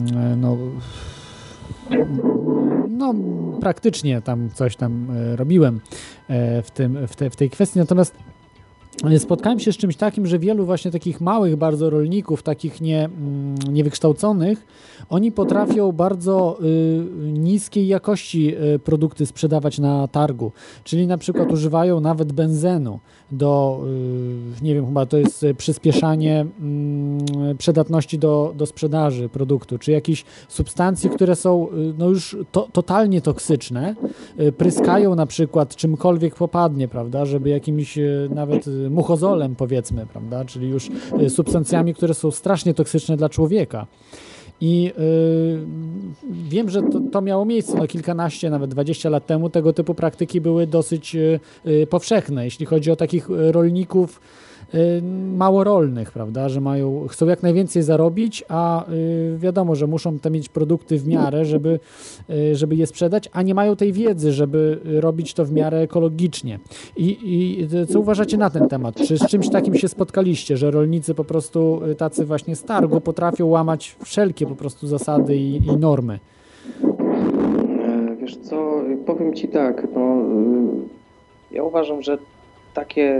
no praktycznie tam coś tam robiłem w tej kwestii, natomiast spotkałem się z czymś takim, że wielu właśnie takich małych bardzo rolników, takich niewykształconych, oni potrafią bardzo niskiej jakości produkty sprzedawać na targu, czyli na przykład używają nawet benzenu do, nie wiem, chyba to jest przyspieszanie przydatności do sprzedaży produktu, czy jakieś substancje, które są no już totalnie toksyczne, pryskają na przykład czymkolwiek popadnie, prawda, żeby jakimś nawet muchozolem, powiedzmy, prawda, czyli już substancjami, które są strasznie toksyczne dla człowieka. I wiem, że to miało miejsce no, kilkanaście, nawet 20 lat temu. Tego typu praktyki były dosyć powszechne, jeśli chodzi o takich rolników małorolnych, prawda, że chcą jak najwięcej zarobić, a wiadomo, że muszą tam mieć produkty w miarę, żeby je sprzedać, a nie mają tej wiedzy, żeby robić to w miarę ekologicznie. I co uważacie na ten temat? Czy z czymś takim się spotkaliście, że rolnicy po prostu tacy właśnie z targu potrafią łamać wszelkie po prostu zasady i normy? Wiesz co, powiem Ci tak, no, ja uważam, że takie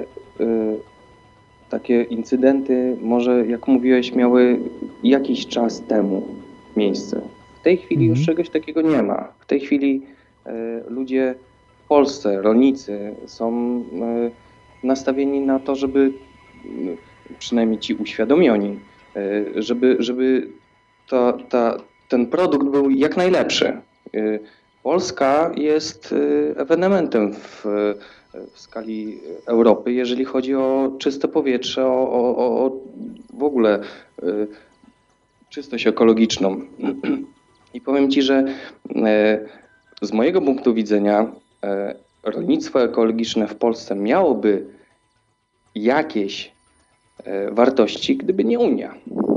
incydenty może, jak mówiłeś, miały jakiś czas temu miejsce. W tej chwili już czegoś takiego nie ma. W tej chwili ludzie w Polsce, rolnicy są nastawieni na to, żeby, przynajmniej ci uświadomioni, żeby ten produkt był jak najlepszy. Polska jest ewenementem w skali Europy, jeżeli chodzi o czyste powietrze, o w ogóle czystość ekologiczną. I powiem Ci, że z mojego punktu widzenia rolnictwo ekologiczne w Polsce miałoby jakieś wartości, gdyby nie Unia.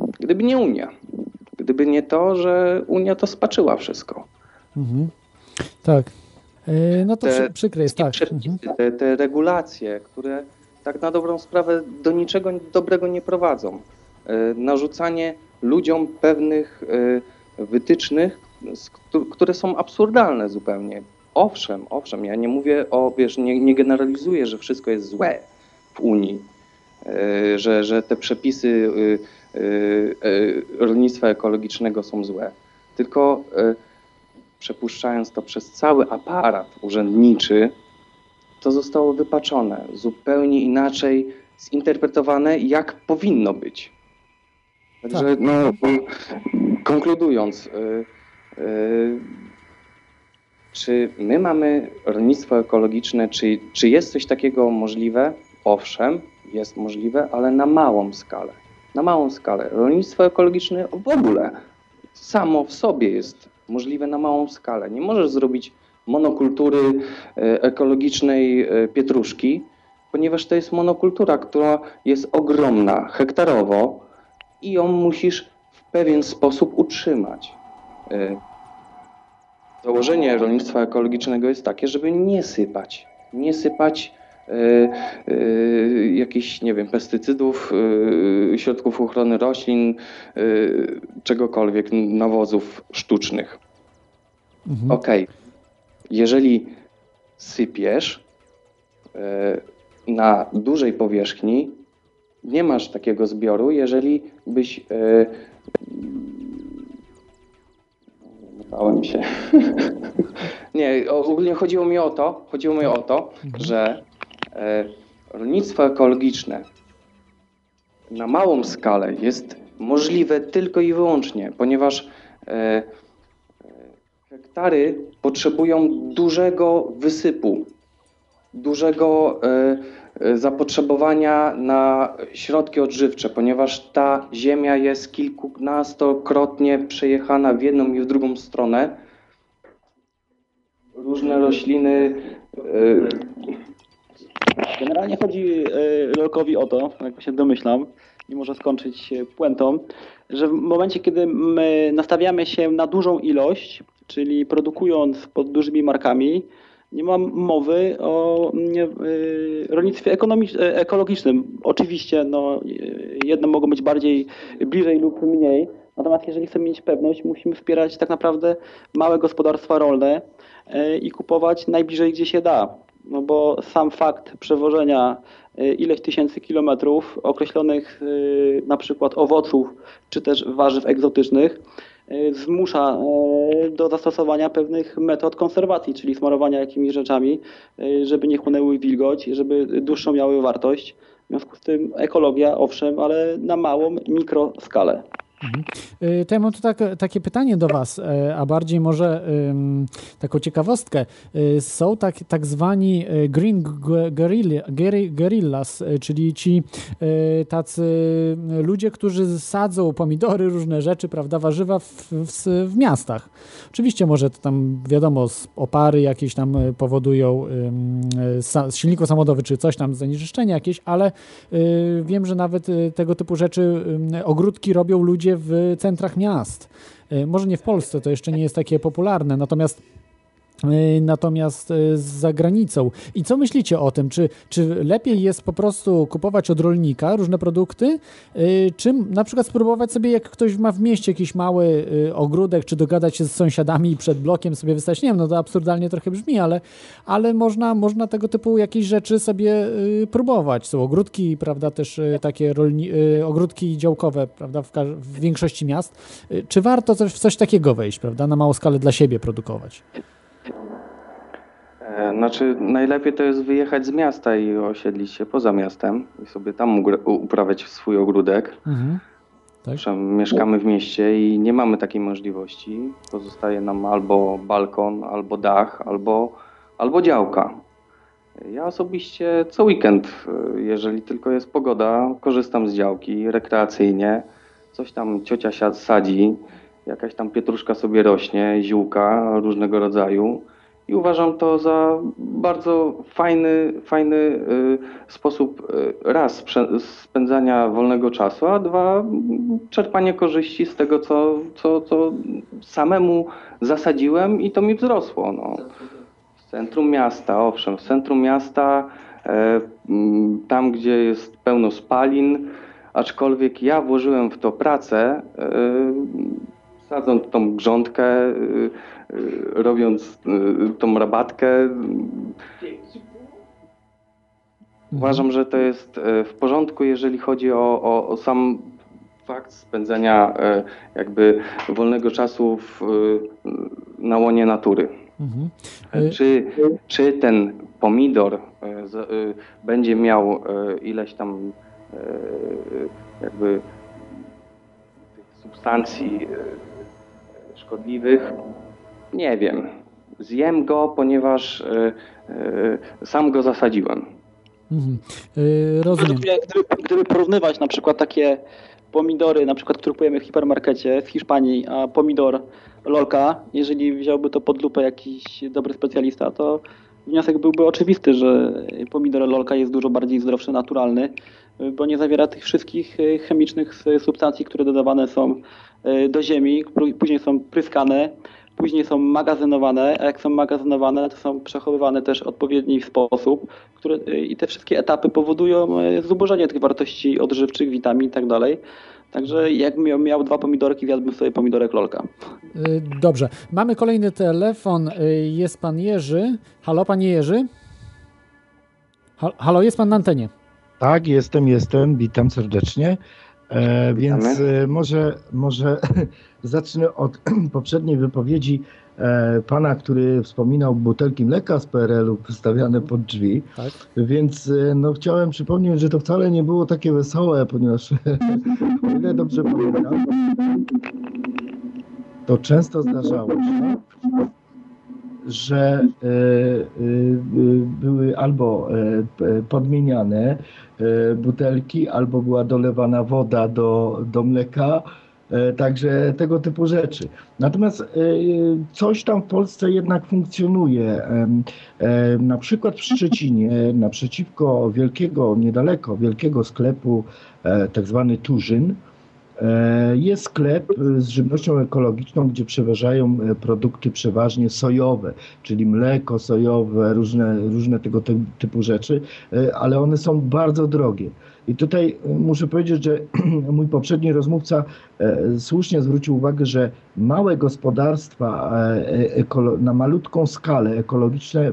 Gdyby nie to, że Unia to spaczyła wszystko. Tak. No to przykre jest, tak. Te regulacje, które tak na dobrą sprawę do niczego dobrego nie prowadzą. Narzucanie ludziom pewnych wytycznych, które są absurdalne zupełnie. Owszem, ja nie mówię nie generalizuję, że wszystko jest złe w Unii, że te przepisy rolnictwa ekologicznego są złe, tylko przepuszczając to przez cały aparat urzędniczy, to zostało wypaczone, zupełnie inaczej zinterpretowane, jak powinno być. Także no, konkludując, czy my mamy rolnictwo ekologiczne, czy jest coś takiego możliwe? Owszem, jest możliwe, ale na małą skalę. Na małą skalę. Rolnictwo ekologiczne w ogóle samo w sobie jest możliwe na małą skalę. Nie możesz zrobić monokultury ekologicznej pietruszki, ponieważ to jest monokultura, która jest ogromna, hektarowo i ją musisz w pewien sposób utrzymać. Założenie rolnictwa ekologicznego jest takie, żeby nie sypać jakichś, nie wiem, pestycydów, środków ochrony roślin, czegokolwiek, nawozów sztucznych. Okej. Jeżeli sypiesz na dużej powierzchni, nie masz takiego zbioru, jeżeli byś... Bałem się. Nie, ogólnie chodziło mi o to, że rolnictwo ekologiczne na małą skalę jest możliwe tylko i wyłącznie, ponieważ hektary potrzebują dużego wysypu, dużego zapotrzebowania na środki odżywcze, ponieważ ta ziemia jest kilkunastokrotnie przejechana w jedną i w drugą stronę. Różne rośliny. Generalnie chodzi Lolkowi o to, jak się domyślam, i może skończyć puentą, że w momencie, kiedy my nastawiamy się na dużą ilość, czyli produkując pod dużymi markami, nie ma mowy o rolnictwie ekologicznym. Oczywiście jedne mogą być bardziej bliżej lub mniej, natomiast jeżeli chcemy mieć pewność, musimy wspierać tak naprawdę małe gospodarstwa rolne i kupować najbliżej, gdzie się da. No bo sam fakt przewożenia ileś tysięcy kilometrów określonych na przykład owoców czy też warzyw egzotycznych zmusza do zastosowania pewnych metod konserwacji, czyli smarowania jakimiś rzeczami, żeby nie chłonęły wilgoć, żeby dłuższą miały wartość. W związku z tym ekologia, owszem, ale na małą, mikroskalę. To ja mam tu takie pytanie do Was, a bardziej może taką ciekawostkę. Są tak zwani green guerrillas, czyli ci tacy ludzie, którzy sadzą pomidory, różne rzeczy, prawda, warzywa w miastach. Oczywiście może to tam, wiadomo, opary jakieś tam powodują z silników samochodowych, czy coś tam, zanieczyszczenia jakieś, ale wiem, że nawet tego typu rzeczy, ogródki robią ludzie w centrach miast. Może nie w Polsce, to jeszcze nie jest takie popularne, natomiast za granicą. I co myślicie o tym? Czy lepiej jest po prostu kupować od rolnika różne produkty, czy na przykład spróbować sobie, jak ktoś ma w mieście jakiś mały ogródek, czy dogadać się z sąsiadami i przed blokiem sobie wystawić? Nie wiem, to absurdalnie trochę brzmi, ale można tego typu jakieś rzeczy sobie próbować. Są ogródki, prawda, też takie ogródki działkowe, prawda, w większości miast. Czy warto w coś takiego wejść, prawda, na małą skalę dla siebie produkować? Znaczy, najlepiej to jest wyjechać z miasta i osiedlić się poza miastem i sobie tam uprawiać swój ogródek. Tak. Mieszkamy w mieście i nie mamy takiej możliwości. Pozostaje nam albo balkon, albo dach, albo działka. Ja osobiście co weekend, jeżeli tylko jest pogoda, korzystam z działki rekreacyjnie. Coś tam ciocia sadzi, jakaś tam pietruszka sobie rośnie, ziółka różnego rodzaju. I uważam to za bardzo fajny sposób raz spędzania wolnego czasu, a dwa czerpanie korzyści z tego, co samemu zasadziłem i to mi wzrosło. No. W centrum miasta, owszem, w centrum miasta, tam gdzie jest pełno spalin, aczkolwiek ja włożyłem w to pracę, sadząc tą grządkę, robiąc tą rabatkę. Uważam, że to jest w porządku, jeżeli chodzi o sam fakt spędzania jakby wolnego czasu na łonie natury. Czy ten pomidor będzie miał ileś tam jakby substancji szkodliwych? Nie wiem. Zjem go, ponieważ sam go zasadziłem. Rozumiem. Gdyby porównywać na przykład takie pomidory, na przykład, które kupujemy w hipermarkecie w Hiszpanii, a pomidor Lolka, jeżeli wziąłby to pod lupę jakiś dobry specjalista, to wniosek byłby oczywisty, że pomidor Lolka jest dużo bardziej zdrowszy, naturalny, bo nie zawiera tych wszystkich chemicznych substancji, które dodawane są do ziemi, później są pryskane, później są magazynowane, a jak są magazynowane, to są przechowywane też w odpowiedni sposób, i te wszystkie etapy powodują zubożenie tych wartości odżywczych, witamin i tak dalej. Także jakbym miał 2 pomidorki, zjadłbym sobie pomidorek Lolka. Dobrze. Mamy kolejny telefon. Jest pan Jerzy. Halo, panie Jerzy? Halo, jest pan na antenie. Tak, jestem. Witam serdecznie. Więc może zacznę od poprzedniej wypowiedzi pana, który wspominał butelki mleka z PRL-u wystawiane pod drzwi. Tak. Więc chciałem przypomnieć, że to wcale nie było takie wesołe, ponieważ o ile dobrze pamiętam, to często zdarzało się, że były albo podmieniane butelki, albo była dolewana woda do mleka, także tego typu rzeczy. Natomiast coś tam w Polsce jednak funkcjonuje. Na przykład w Szczecinie, naprzeciwko niedaleko wielkiego sklepu, tak zwany Turzyn, jest sklep z żywnością ekologiczną, gdzie przeważają produkty przeważnie sojowe, czyli mleko sojowe, różne tego typu rzeczy, ale one są bardzo drogie. I tutaj muszę powiedzieć, że mój poprzedni rozmówca słusznie zwrócił uwagę, że małe gospodarstwa na malutką skalę ekologiczne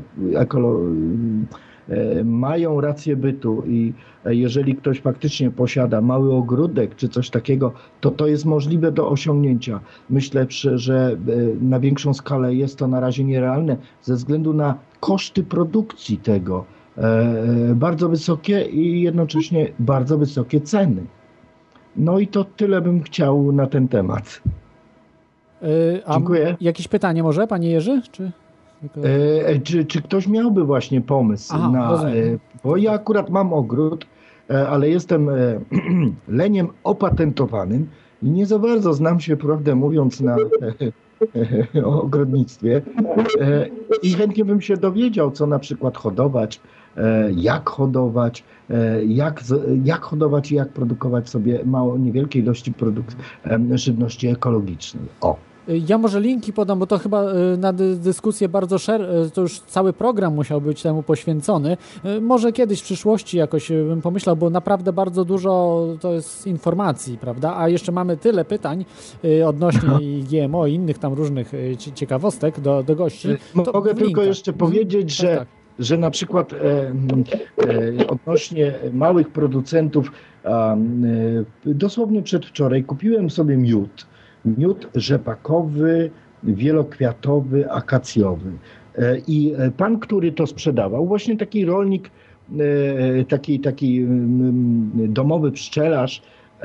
mają rację bytu i jeżeli ktoś faktycznie posiada mały ogródek czy coś takiego, to jest możliwe do osiągnięcia. Myślę, że na większą skalę jest to na razie nierealne ze względu na koszty produkcji tego. Bardzo wysokie i jednocześnie bardzo wysokie ceny. No i to tyle bym chciał na ten temat. Dziękuję. Jakieś pytanie może, panie Jerzy? Czy ktoś miałby właśnie pomysł bo ja akurat mam ogród, ale jestem leniem opatentowanym i nie za bardzo znam się, prawdę mówiąc, na ogrodnictwie i chętnie bym się dowiedział, co na przykład hodować, jak hodować, jak hodować i jak produkować sobie niewielkie ilości żywności ekologicznej. Ja może linki podam, bo to chyba na dyskusję bardzo to już cały program musiał być temu poświęcony. Może kiedyś w przyszłości jakoś bym pomyślał, bo naprawdę bardzo dużo to jest informacji, prawda? A jeszcze mamy tyle pytań odnośnie GMO i innych tam różnych ciekawostek do gości. Mogę tylko jeszcze powiedzieć, że na przykład odnośnie małych producentów dosłownie przedwczoraj kupiłem sobie miód rzepakowy, wielokwiatowy, akacjowy. I pan, który to sprzedawał, właśnie taki rolnik, taki domowy pszczelarz,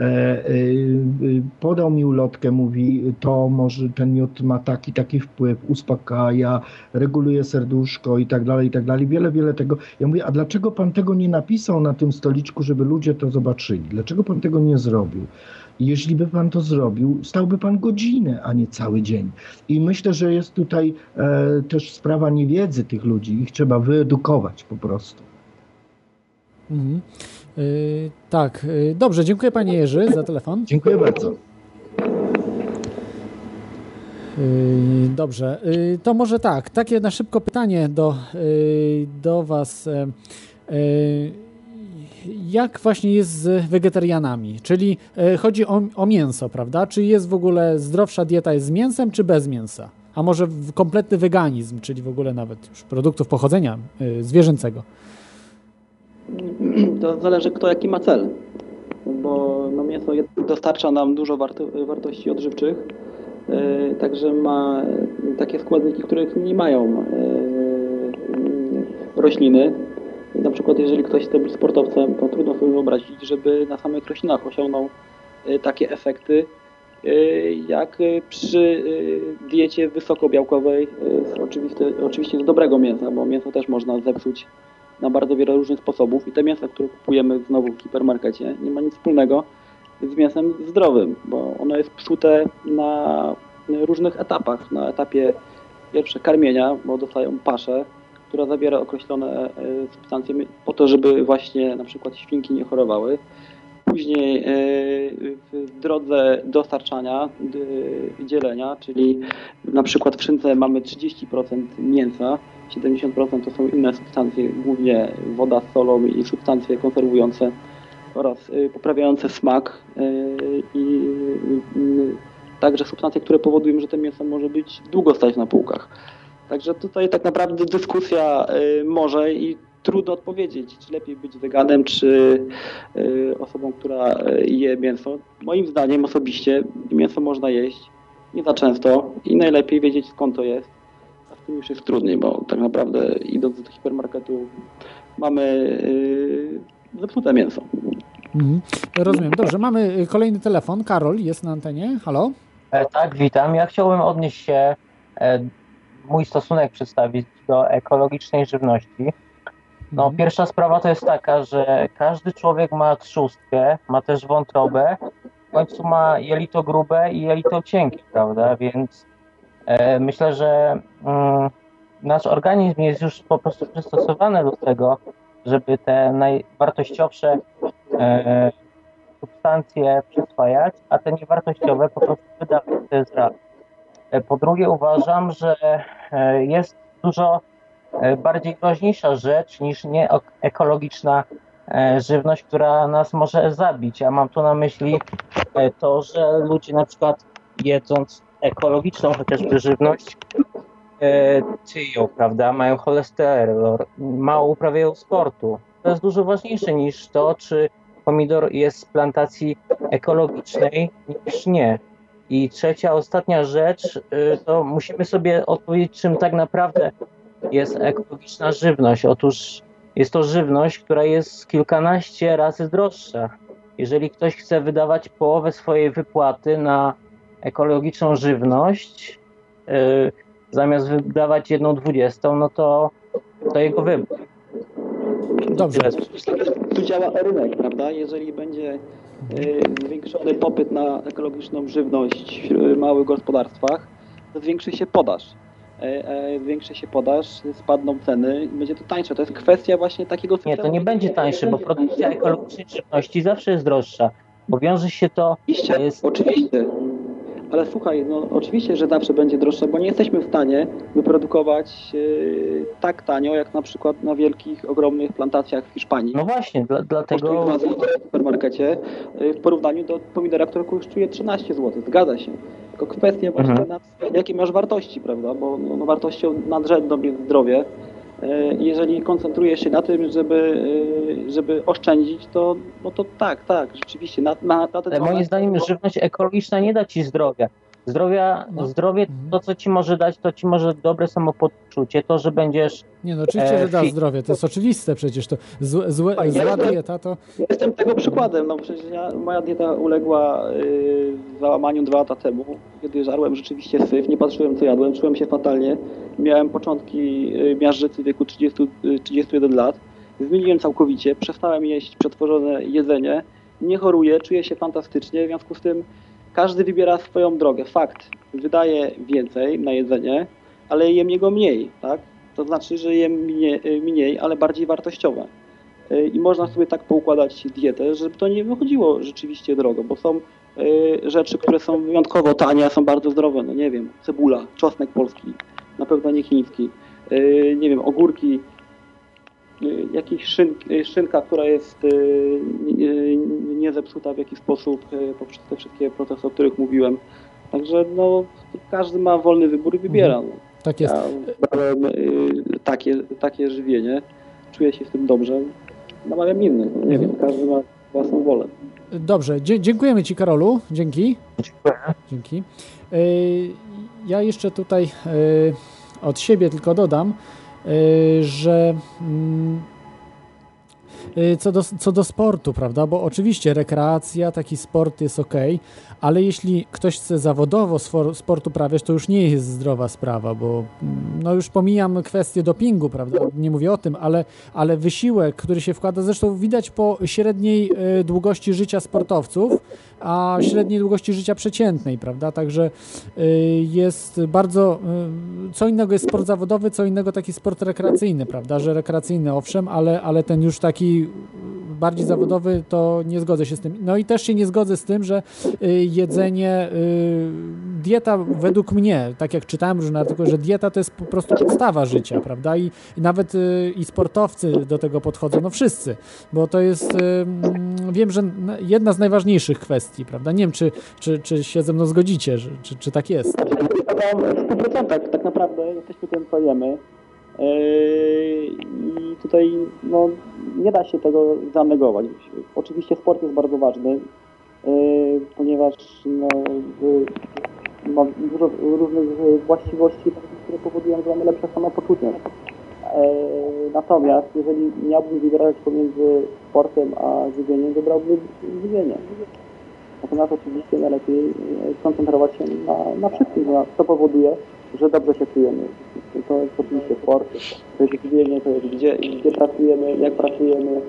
podał mi ulotkę, mówi, to może ten miód ma taki wpływ, uspokaja, reguluje serduszko i tak dalej, wiele tego. Ja mówię, a dlaczego pan tego nie napisał na tym stoliczku, żeby ludzie to zobaczyli? Dlaczego pan tego nie zrobił? Jeśli by pan to zrobił, stałby pan godzinę, a nie cały dzień. I myślę, że jest tutaj też sprawa niewiedzy tych ludzi. Ich trzeba wyedukować po prostu. Tak, dobrze. Dziękuję panie Jerzy za telefon. Dziękuję bardzo. Dobrze. To może takie na szybko pytanie do was. Jak właśnie jest z wegetarianami? Czyli chodzi o mięso, prawda? Czy jest w ogóle zdrowsza dieta jest z mięsem, czy bez mięsa? A może kompletny weganizm, czyli w ogóle nawet już produktów pochodzenia zwierzęcego? To zależy, kto jaki ma cel. Bo mięso dostarcza nam dużo wartości odżywczych, także ma takie składniki, których nie mają rośliny. Na przykład jeżeli ktoś chce być sportowcem, to trudno sobie wyobrazić, żeby na samych roślinach osiągnął takie efekty, jak przy diecie wysokobiałkowej, oczywiście z dobrego mięsa, bo mięso też można zepsuć na bardzo wiele różnych sposobów i te mięsa, które kupujemy znowu w hipermarkecie, nie ma nic wspólnego z mięsem zdrowym, bo ono jest psute na różnych etapach. Na etapie pierwsze karmienia, bo dostają paszę, która zawiera określone substancje po to, żeby właśnie na przykład świnki nie chorowały. Później w drodze dostarczania, dzielenia, czyli na przykład w szynce mamy 30% mięsa, 70% to są inne substancje, głównie woda z solą i substancje konserwujące oraz poprawiające smak i także substancje, które powodują, że to mięso może być długo stać na półkach. Także tutaj tak naprawdę dyskusja może i trudno odpowiedzieć, czy lepiej być weganem, czy osobą, która je mięso. Moim zdaniem osobiście mięso można jeść nie za często i najlepiej wiedzieć, skąd to jest. A z tym już jest trudniej, bo tak naprawdę idąc do hipermarketu mamy zepsute mięso. Rozumiem. Dobrze, mamy kolejny telefon. Karol jest na antenie. Halo? Tak, witam. Ja chciałbym odnieść się, mój stosunek przedstawić do ekologicznej żywności. No, pierwsza sprawa to jest taka, że każdy człowiek ma trzustkę, ma też wątrobę, w końcu ma jelito grube i jelito cienkie, prawda? Więc myślę, że nasz organizm jest już po prostu przystosowany do tego, żeby te najwartościowsze substancje przyswajać, a te niewartościowe po prostu wydawać. To jest raz. Po drugie uważam, że jest dużo bardziej groźniejsza rzecz niż nieekologiczna żywność, która nas może zabić. Ja mam tu na myśli to, że ludzie na przykład jedząc ekologiczną chociażby żywność tyją, prawda, mają cholesterol, mało uprawiają sportu. To jest dużo ważniejsze niż to, czy pomidor jest z plantacji ekologicznej, niż nie. I trzecia, ostatnia rzecz, to musimy sobie odpowiedzieć, czym tak naprawdę jest ekologiczna żywność. Otóż jest to żywność, która jest kilkanaście razy droższa. Jeżeli ktoś chce wydawać połowę swojej wypłaty na ekologiczną żywność, zamiast wydawać 1/20, no to jego wybór. Dobrze. Tu działa rynek, prawda? Jeżeli będzie zwiększony popyt na ekologiczną żywność w małych gospodarstwach, to zwiększy się podaż. Zwiększy się podaż, spadną ceny i będzie to tańsze. To jest kwestia właśnie takiego systemu. Nie, to nie będzie tańsze, bo produkcja ekologicznej żywności zawsze jest droższa, bo wiąże się to... Oczywiście. Ale słuchaj, no oczywiście, że zawsze będzie droższa, bo nie jesteśmy w stanie wyprodukować tak tanio, jak na przykład na wielkich, ogromnych plantacjach w Hiszpanii. No właśnie, dlatego... w supermarkecie w porównaniu do pomidora, który kosztuje 13 zł. Zgadza się. Tylko kwestia właśnie jakie masz wartości, prawda? Bo wartością nadrzędną jest zdrowie. Jeżeli koncentrujesz się na tym, żeby oszczędzić, to tak, rzeczywiście. Ale moim zdaniem żywność ekologiczna nie da ci zdrowia. Zdrowie, to co ci może dać, to ci może dobre samopoczucie, to, że będziesz... Nie, no oczywiście, że da zdrowie, to jest oczywiste przecież, to zła dieta to... Jestem tego przykładem, no przecież moja dieta uległa załamaniu 2 lata temu, kiedy żarłem rzeczywiście syf, nie patrzyłem co jadłem, czułem się fatalnie, miałem początki miażdżycy w wieku 31 lat, zmieniłem całkowicie, przestałem jeść przetworzone jedzenie, nie choruję, czuję się fantastycznie, w związku z tym każdy wybiera swoją drogę. Fakt, wydaje więcej na jedzenie, ale jem jego mniej, tak? To znaczy, że jem mniej, ale bardziej wartościowe. I można sobie tak poukładać dietę, żeby to nie wychodziło rzeczywiście drogo, bo są rzeczy, które są wyjątkowo tanie, a są bardzo zdrowe. No nie wiem, cebula, czosnek polski, na pewno nie chiński, nie wiem, ogórki, jakiś szynka, która jest nie zepsuta w jakiś sposób poprzez te wszystkie procesy, o których mówiłem. Także no, każdy ma wolny wybór i wybiera. No. Tak jest. Ja wybrałem takie żywienie, czuję się z tym dobrze, namawiam innych. No, nie wiem, każdy ma własną wolę. Dobrze, dziękujemy Ci, Karolu. Dzięki. Dzięki. Ja jeszcze tutaj od siebie tylko dodam, że co do sportu, prawda, bo oczywiście rekreacja, taki sport jest okej, ale jeśli ktoś chce zawodowo sport uprawiać, to już nie jest zdrowa sprawa, bo no już pomijam kwestię dopingu, prawda, nie mówię o tym, ale wysiłek, który się wkłada, zresztą widać po średniej długości życia sportowców, a średniej długości życia przeciętnej, prawda, także jest bardzo, co innego jest sport zawodowy, co innego taki sport rekreacyjny, prawda, że rekreacyjny owszem, ale ten już taki bardziej zawodowy, to nie zgodzę się z tym. No i też się nie zgodzę z tym, że jedzenie, dieta według mnie, tak jak czytałem różne artykuły, że dieta to jest po prostu podstawa życia, prawda? I nawet i sportowcy do tego podchodzą, no wszyscy, bo to jest, wiem, że jedna z najważniejszych kwestii, prawda? Nie wiem, czy się ze mną zgodzicie, czy tak jest. W 100% tak naprawdę jesteśmy tym, co jemy. I tutaj no, nie da się tego zanegować. Oczywiście sport jest bardzo ważny, ponieważ no, ma dużo różnych właściwości, które powodują, że mamy lepsze samopoczucie. Natomiast jeżeli miałbym wybierać pomiędzy sportem a żywieniem, wybrałbym żywienie. Natomiast oczywiście najlepiej skoncentrować się na wszystkim, co powoduje, że dobrze się czujemy. To jest oczywiście sport, to jest żywienie, to jest gdzie pracujemy, jak pracujemy.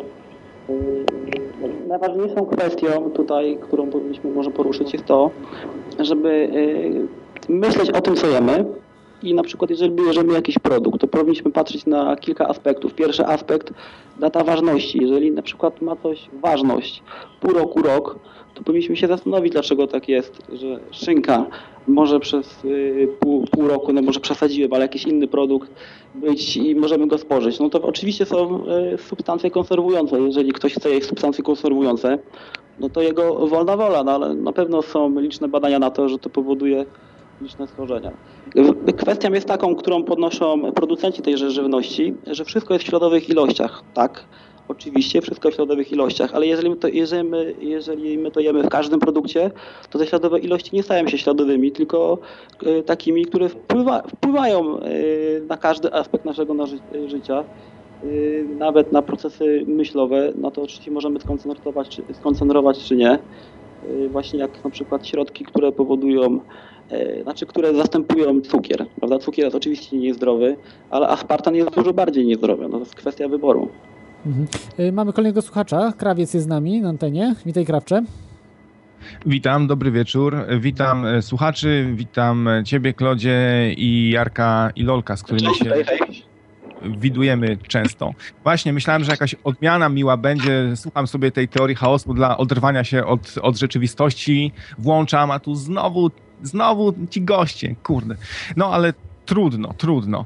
Najważniejszą kwestią tutaj, którą powinniśmy może poruszyć, jest to, żeby myśleć o tym, co jemy. I na przykład jeżeli bierzemy jakiś produkt, to powinniśmy patrzeć na kilka aspektów. Pierwszy aspekt, data ważności. Jeżeli na przykład ma coś ważność pół roku, rok, to powinniśmy się zastanowić, dlaczego tak jest, że szynka może przez pół roku, no może przesadziłem, ale jakiś inny produkt być i możemy go spożyć. No to oczywiście są substancje konserwujące. Jeżeli ktoś chce jeść substancje konserwujące, no to jego wolna wola, no ale na pewno są liczne badania na to, że to powoduje liczne schorzenia. Kwestią jest taką, którą podnoszą producenci tejże żywności, że wszystko jest w śladowych ilościach. Tak, oczywiście wszystko w śladowych ilościach, ale jeżeli my to jemy w każdym produkcie, to te śladowe ilości nie stają się śladowymi, tylko takimi, które wpływają na każdy aspekt naszego życia, nawet na procesy myślowe. Na to oczywiście możemy skoncentrować czy nie. Właśnie jak na przykład środki, które powodują, które zastępują cukier, prawda? Cukier jest oczywiście niezdrowy, ale aspartan jest dużo bardziej niezdrowy. No to jest kwestia wyboru. Mamy kolejnego słuchacza. Krawiec jest z nami na antenie. Witaj, Krawcze. Witam, dobry wieczór. Witam słuchaczy, witam Ciebie, Klodzie, i Jarka, i Lolka, z którymi się widujemy często. Właśnie myślałem, że jakaś odmiana miła będzie. Słucham sobie tej teorii chaosu dla oderwania się od rzeczywistości. Włączam, a tu znowu ci goście. Kurde. No ale trudno.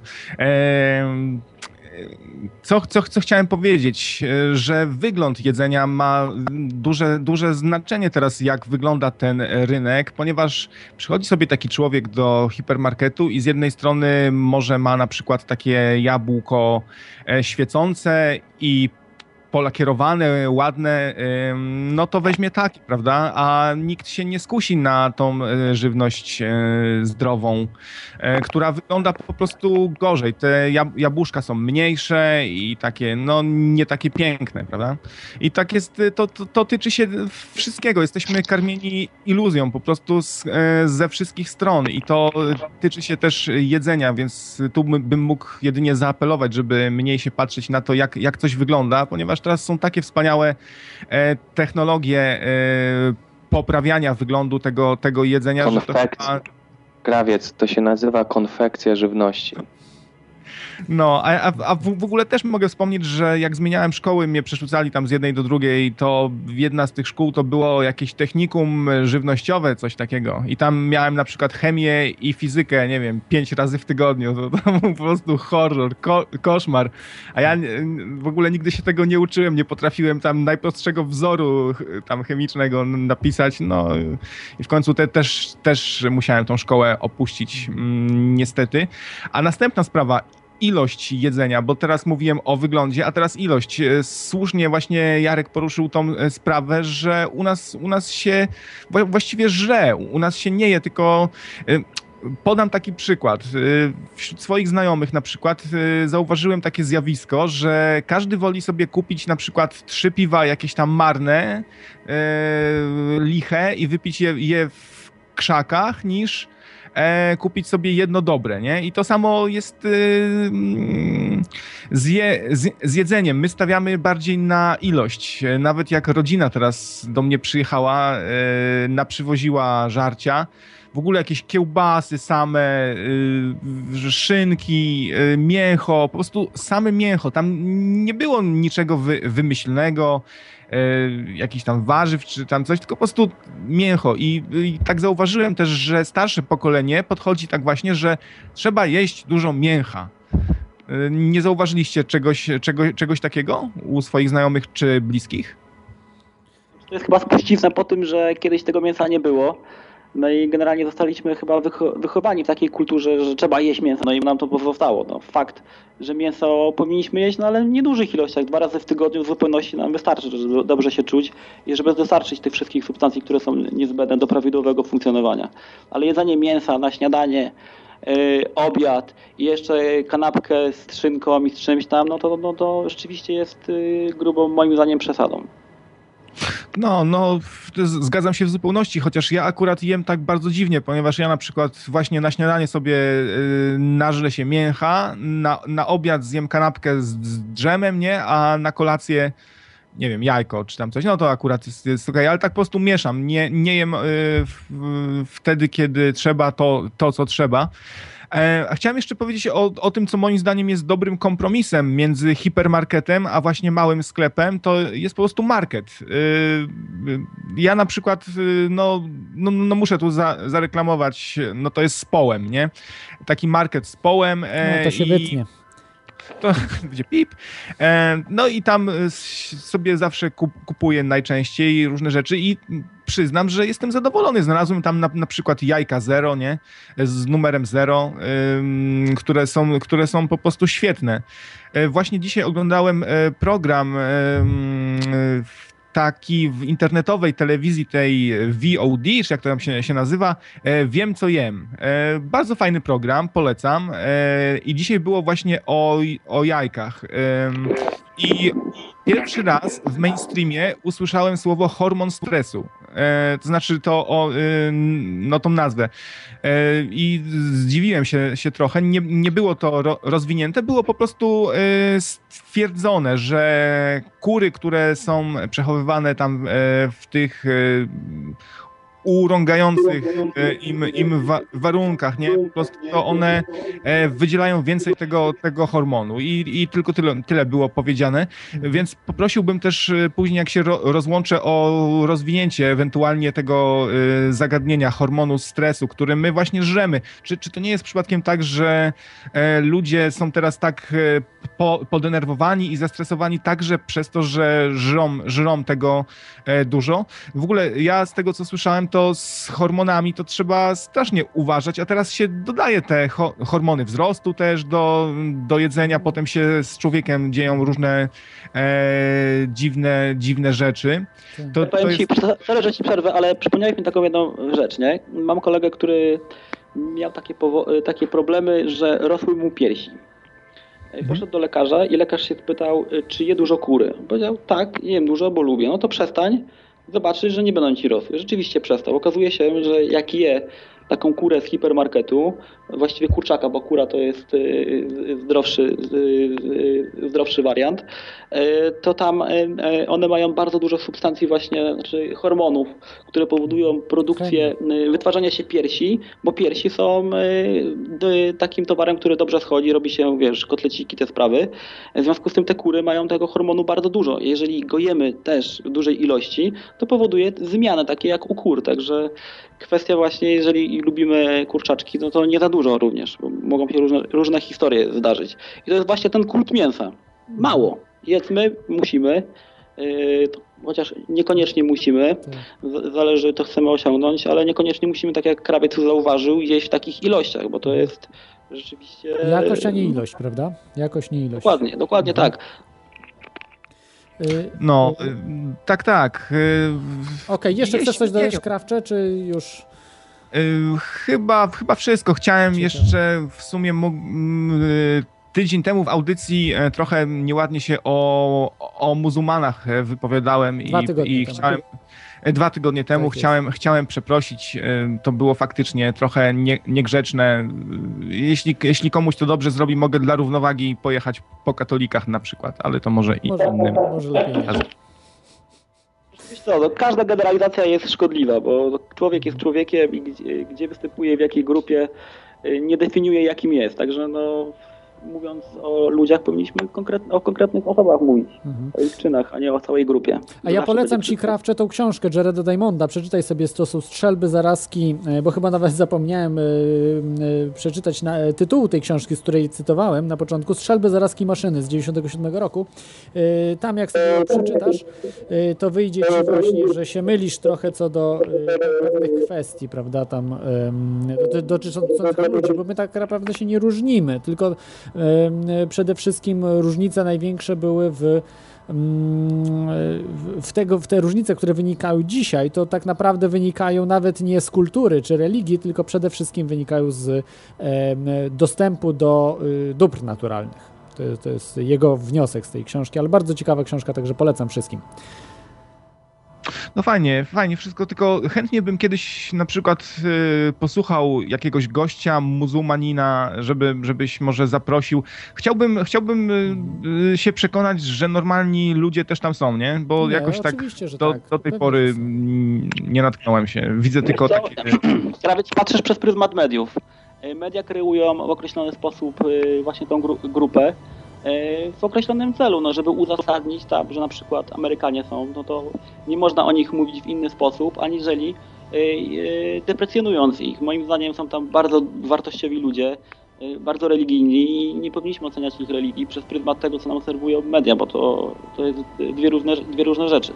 Co chciałem powiedzieć, że wygląd jedzenia ma duże znaczenie teraz, jak wygląda ten rynek, ponieważ przychodzi sobie taki człowiek do hipermarketu i z jednej strony może ma na przykład takie jabłko świecące i polakierowane, ładne, no to weźmie takie, prawda? A nikt się nie skusi na tą żywność zdrową, która wygląda po prostu gorzej. Te jabłuszka są mniejsze i takie, no nie takie piękne, prawda? I tak jest, to tyczy się wszystkiego. Jesteśmy karmieni iluzją po prostu ze wszystkich stron i to tyczy się też jedzenia, więc tu bym mógł jedynie zaapelować, żeby mniej się patrzeć na to, jak coś wygląda, ponieważ teraz są takie wspaniałe technologie poprawiania wyglądu tego jedzenia, że to chyba... Krawiec, to się nazywa konfekcja żywności. No, a w ogóle też mogę wspomnieć, że jak zmieniałem szkoły, mnie przerzucali tam z jednej do drugiej, to jedna z tych szkół to było jakieś technikum żywnościowe, coś takiego. I tam miałem na przykład chemię i fizykę, nie wiem, 5 razy w tygodniu. To był po prostu horror, koszmar. A ja w ogóle nigdy się tego nie uczyłem, nie potrafiłem tam najprostszego wzoru tam chemicznego napisać. No i w końcu też musiałem tą szkołę opuścić, niestety. A następna sprawa, ilość jedzenia, bo teraz mówiłem o wyglądzie, a teraz ilość. Słusznie właśnie Jarek poruszył tą sprawę, że u nas się właściwie żre, u nas się nie je, tylko... Podam taki przykład. Wśród swoich znajomych na przykład zauważyłem takie zjawisko, że każdy woli sobie kupić na przykład 3 piwa jakieś tam marne, liche i wypić je w krzakach, niż kupić sobie jedno dobre, nie? I to samo jest z jedzeniem. My stawiamy bardziej na ilość. Nawet jak rodzina teraz do mnie przyjechała, przywoziła żarcia, w ogóle jakieś kiełbasy same, szynki, mięcho, po prostu same mięcho. Tam nie było niczego wymyślnego, jakichś tam warzyw czy tam coś, tylko po prostu mięcho. I tak zauważyłem też, że starsze pokolenie podchodzi tak właśnie, że trzeba jeść dużo mięcha. Nie zauważyliście czegoś takiego u swoich znajomych czy bliskich? To jest chyba spuścizna po tym, że kiedyś tego mięsa nie było. No i generalnie zostaliśmy chyba wychowani w takiej kulturze, że trzeba jeść mięso, no i nam to pozostało. No, fakt, że mięso powinniśmy jeść, no ale w niedużych ilościach, 2 razy w tygodniu w zupełności nam wystarczy, żeby dobrze się czuć i żeby dostarczyć tych wszystkich substancji, które są niezbędne do prawidłowego funkcjonowania. Ale jedzenie mięsa na śniadanie, obiad i jeszcze kanapkę z szynką i z czymś tam, no to rzeczywiście jest grubą moim zdaniem przesadą. No, zgadzam się w zupełności, chociaż ja akurat jem tak bardzo dziwnie, ponieważ ja na przykład właśnie na śniadanie sobie nażrę się mięcha, na obiad zjem kanapkę z dżemem, nie? A na kolację, nie wiem, jajko czy tam coś, no to akurat jest okej, ale tak po prostu mieszam, nie jem wtedy, kiedy trzeba to co trzeba. A chciałem jeszcze powiedzieć o tym, co moim zdaniem jest dobrym kompromisem między hipermarketem, a właśnie małym sklepem, to jest po prostu market. Ja na przykład, no muszę tu zareklamować, no to jest z Połem, nie? Taki market z Połem. No to się wytnie. To będzie pip. No i tam sobie zawsze kupuję najczęściej różne rzeczy i przyznam, że jestem zadowolony. Znalazłem tam na przykład jajka zero, nie? Z numerem 0, które są po prostu świetne. Właśnie dzisiaj oglądałem program taki w internetowej telewizji tej VOD, czy jak to tam się nazywa, Wiem co jem. Bardzo fajny program, polecam. I dzisiaj było właśnie o jajkach. I pierwszy raz w mainstreamie usłyszałem słowo hormon stresu. To znaczy tą nazwę. I zdziwiłem się trochę. Nie było to rozwinięte, było po prostu stwierdzone, że kury, które są przechowywane tam w tych urągających im warunkach, nie? Po prostu to one wydzielają więcej tego hormonu i tylko tyle było powiedziane, więc poprosiłbym też później, jak się rozłączę, o rozwinięcie ewentualnie tego zagadnienia hormonu stresu, który my właśnie żremy. Czy to nie jest przypadkiem tak, że ludzie są teraz tak podenerwowani i zestresowani także przez to, że żrą tego dużo? W ogóle ja z tego, co słyszałem, to z hormonami to trzeba strasznie uważać, a teraz się dodaje te hormony wzrostu też do jedzenia, potem się z człowiekiem dzieją różne dziwne rzeczy. Sorry, że ci przerwę, ale przypomniałeś mi taką jedną rzecz, nie? Mam kolegę, który miał takie problemy, że rosły mu piersi. Poszedł do lekarza i lekarz się spytał, czy je dużo kury. Powiedział, tak, jem dużo, bo lubię. No to przestań, zobaczysz, że nie będą ci rosły. Rzeczywiście przestał. Okazuje się, że jak je taką kurę z hipermarketu, właściwie kurczaka, bo kura to jest zdrowszy wariant, to tam one mają bardzo dużo substancji właśnie, znaczy hormonów, które powodują produkcję, wytwarzanie się piersi, bo piersi są takim towarem, który dobrze schodzi, robi się, kotleciki, te sprawy. W związku z tym te kury mają tego hormonu bardzo dużo. Jeżeli go jemy też w dużej ilości, to powoduje zmiany takie jak u kur, także kwestia właśnie, jeżeli lubimy kurczaczki, no to nie za dużo również, bo mogą się różne historie zdarzyć. I to jest właśnie ten kult mięsa. Mało. Jedzmy, musimy, chociaż niekoniecznie musimy, zależy, to chcemy osiągnąć, ale niekoniecznie musimy, tak jak krawiec zauważył, jeść w takich ilościach, bo to jest rzeczywiście... Jakość, a nie ilość, prawda? Jakość, nie ilość. Dokładnie tak. No, tak. Okej, jeszcze chcesz coś dodać, Krawcze, czy już... Chyba wszystko. Chciałem jeszcze w sumie tydzień temu w audycji trochę nieładnie się o muzułmanach wypowiadałem i chciałem... 2 tygodnie temu chciałem przeprosić. To było faktycznie trochę niegrzeczne. Jeśli komuś to dobrze zrobi, mogę dla równowagi pojechać po katolikach na przykład, ale to może innym. Może lepiej nie. Wiesz co, no, każda generalizacja jest szkodliwa, bo człowiek jest człowiekiem i gdzie występuje, w jakiej grupie, nie definiuje, jakim jest. Także no, mówiąc o ludziach, powinniśmy o konkretnych osobach mówić, o ich czynach, a nie o całej grupie. A ja polecam Ci, Krawcze, tą książkę Jareda Diamonda. Przeczytaj sobie To są strzelby, zarazki, bo chyba nawet zapomniałem przeczytać tytułu tej książki, z której cytowałem na początku. Strzelby, zarazki, maszyny z 97 roku. Tam jak sobie przeczytasz, to wyjdzie Ci właśnie, że się mylisz trochę co do pewnych kwestii, prawda, tam dotyczących ludzi, bo my tak naprawdę się nie różnimy, tylko przede wszystkim różnice największe były w te różnice, które wynikały dzisiaj, to tak naprawdę wynikają nawet nie z kultury czy religii, tylko przede wszystkim wynikają z dostępu do dóbr naturalnych. To jest jego wniosek z tej książki, ale bardzo ciekawa książka, także polecam wszystkim. No fajnie, wszystko, tylko chętnie bym kiedyś na przykład posłuchał jakiegoś gościa, muzułmanina, żebyś może zaprosił. Chciałbym się przekonać, że normalni ludzie też tam są, nie? Bo jakoś tak do tej pory nie natknąłem się. Widzę tylko takie... Patrzysz przez pryzmat mediów. Media kreują w określony sposób właśnie tą grupę w określonym celu, no, żeby uzasadnić, tak, że na przykład Amerykanie są, no to nie można o nich mówić w inny sposób, aniżeli deprecjonując ich. Moim zdaniem są tam bardzo wartościowi ludzie, bardzo religijni i nie powinniśmy oceniać ich religii przez pryzmat tego, co nam serwują media, bo to jest dwie różne rzeczy.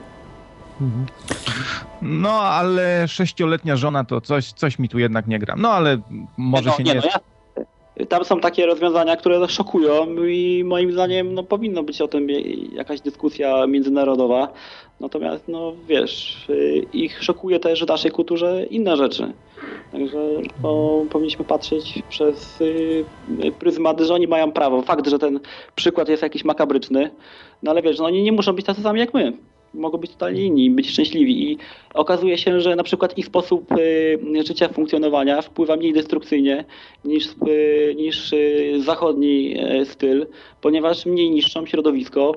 No, ale 6-letnia żona to coś mi tu jednak nie gra. No, ale może się nie... Tam są takie rozwiązania, które szokują i moim zdaniem powinno być o tym jakaś dyskusja międzynarodowa. Natomiast, wiesz, ich szokuje też w naszej kulturze inne rzeczy. Także powinniśmy patrzeć przez pryzmat, że oni mają prawo. Fakt, że ten przykład jest jakiś makabryczny, no ale wiesz, oni nie muszą być tacy sami jak my. Mogą być totalnie inni, być szczęśliwi i okazuje się, że na przykład ich sposób życia, funkcjonowania wpływa mniej destrukcyjnie niż zachodni styl, ponieważ mniej niszczą środowisko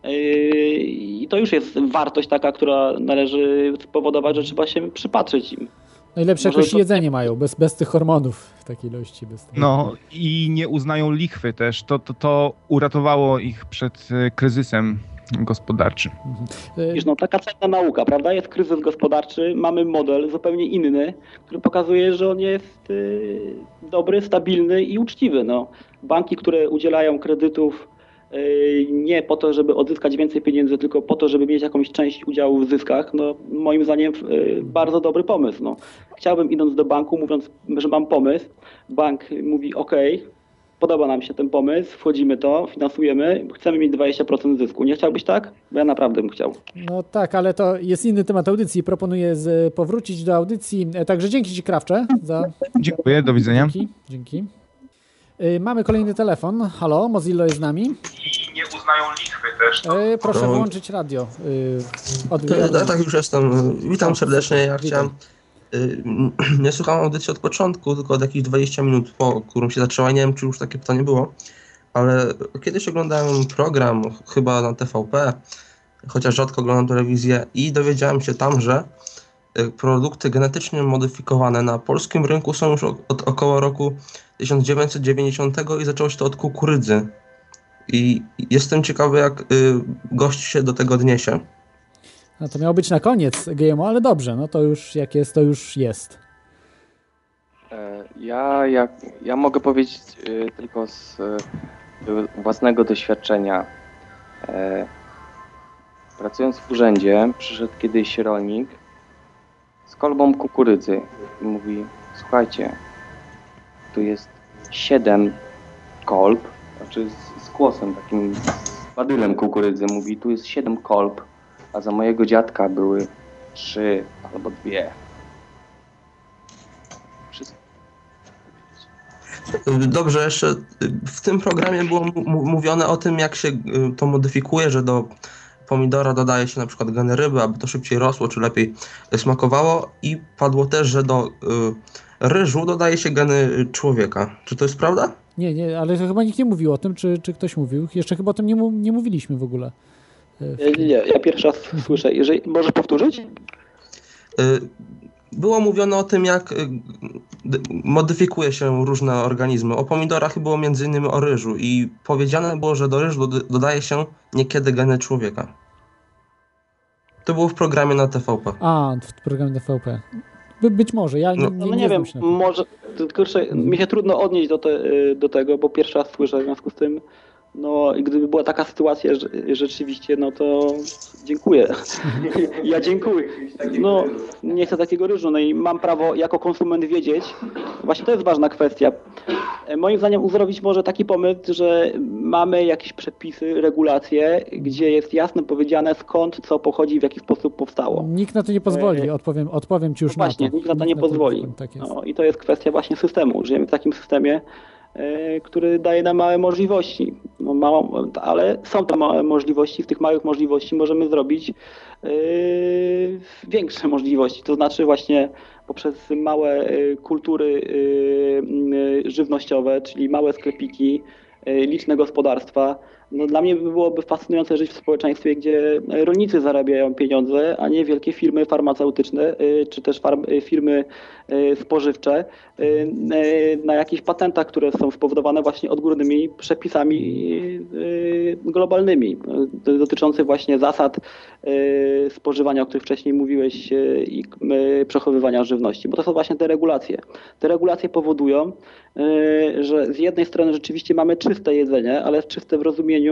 i to już jest wartość taka, która należy spowodować, że trzeba się przypatrzyć im. Najlepsze jakoś jedzenie mają, bez tych hormonów w takiej ilości. No i nie uznają lichwy też. To uratowało ich przed kryzysem gospodarczym. Wiesz, taka cenna nauka, prawda? Jest kryzys gospodarczy, mamy model zupełnie inny, który pokazuje, że on jest dobry, stabilny i uczciwy. Banki, które udzielają kredytów nie po to, żeby odzyskać więcej pieniędzy, tylko po to, żeby mieć jakąś część udziału w zyskach, moim zdaniem bardzo dobry pomysł. Chciałbym, idąc do banku, mówiąc, że mam pomysł, bank mówi OK, podoba nam się ten pomysł, wchodzimy to, finansujemy, chcemy mieć 20% zysku. Nie chciałbyś tak? Bo ja naprawdę bym chciał. No tak, ale to jest inny temat audycji. Proponuję powrócić do audycji. Także dzięki Ci, Krawcze. Dziękuję, do widzenia. Dzięki. Mamy kolejny telefon. Halo, Mozillo jest z nami. I nie uznają lichwy też. Proszę wyłączyć radio. Tak, już jestem. Witam serdecznie. Ja chciałem... Nie słucham audycji od początku, tylko od jakichś 20 minut po, którą się zaczęła. Nie wiem, czy już takie pytanie było, ale kiedyś oglądałem program, chyba na TVP, chociaż rzadko oglądam telewizję i dowiedziałem się tam, że produkty genetycznie modyfikowane na polskim rynku są już od około roku 1990 i zaczęło się to od kukurydzy. I jestem ciekawy, jak gość się do tego odniesie. No to miało być na koniec GMO, ale dobrze, no to już jak jest, to już jest. Ja mogę powiedzieć tylko z własnego doświadczenia. Pracując w urzędzie, przyszedł kiedyś rolnik z kolbą kukurydzy i mówi: słuchajcie, tu jest 7 kolb, znaczy z kłosem takim, z badylem kukurydzy, mówi, tu jest 7 kolb, a za mojego dziadka były 3 albo 2. Wszystko. Dobrze, jeszcze w tym programie było mówione o tym, jak się to modyfikuje, że do pomidora dodaje się na przykład geny ryby, aby to szybciej rosło, czy lepiej smakowało, i padło też, że do ryżu dodaje się geny człowieka. Czy to jest prawda? Nie, ale chyba nikt nie mówił o tym, czy ktoś mówił. Jeszcze chyba o tym nie mówiliśmy w ogóle. Nie, ja pierwszy raz słyszę. Możesz powtórzyć? było mówione o tym, jak modyfikuje się różne organizmy. O pomidorach było m.in. o ryżu i powiedziane było, że do ryżu dodaje się niekiedy geny człowieka. To było w programie na TVP. A, w programie TVP. Być może, ja nie wiem, znam się może, tylko mi się trudno odnieść do tego, bo pierwszy raz słyszę, w związku z tym, no i gdyby była taka sytuacja, że rzeczywiście, no to dziękuję. Ja dziękuję. No, nie chcę takiego ryżu, no i mam prawo jako konsument wiedzieć. Właśnie to jest ważna kwestia. Moim zdaniem uzdrowić może taki pomysł, że mamy jakieś przepisy, regulacje, gdzie jest jasno powiedziane skąd, co pochodzi, w jaki sposób powstało. Nikt na to nie pozwoli, odpowiem ci już na to. Właśnie, nikt na to nie pozwoli. Tak jest. No, i to jest kwestia właśnie systemu. Żyjemy w takim systemie, który daje nam małe możliwości. No, ale są te małe możliwości, w tych małych możliwości możemy zrobić większe możliwości. To znaczy właśnie poprzez małe kultury żywnościowe, czyli małe sklepiki, liczne gospodarstwa. No, dla mnie byłoby fascynujące żyć w społeczeństwie, gdzie rolnicy zarabiają pieniądze, a nie wielkie firmy farmaceutyczne czy też firmy spożywcze na jakichś patentach, które są spowodowane właśnie odgórnymi przepisami globalnymi dotyczących właśnie zasad spożywania, o których wcześniej mówiłeś, i przechowywania żywności, bo to są właśnie te regulacje. Te regulacje powodują, że z jednej strony rzeczywiście mamy czyste jedzenie, ale czyste w rozumieniu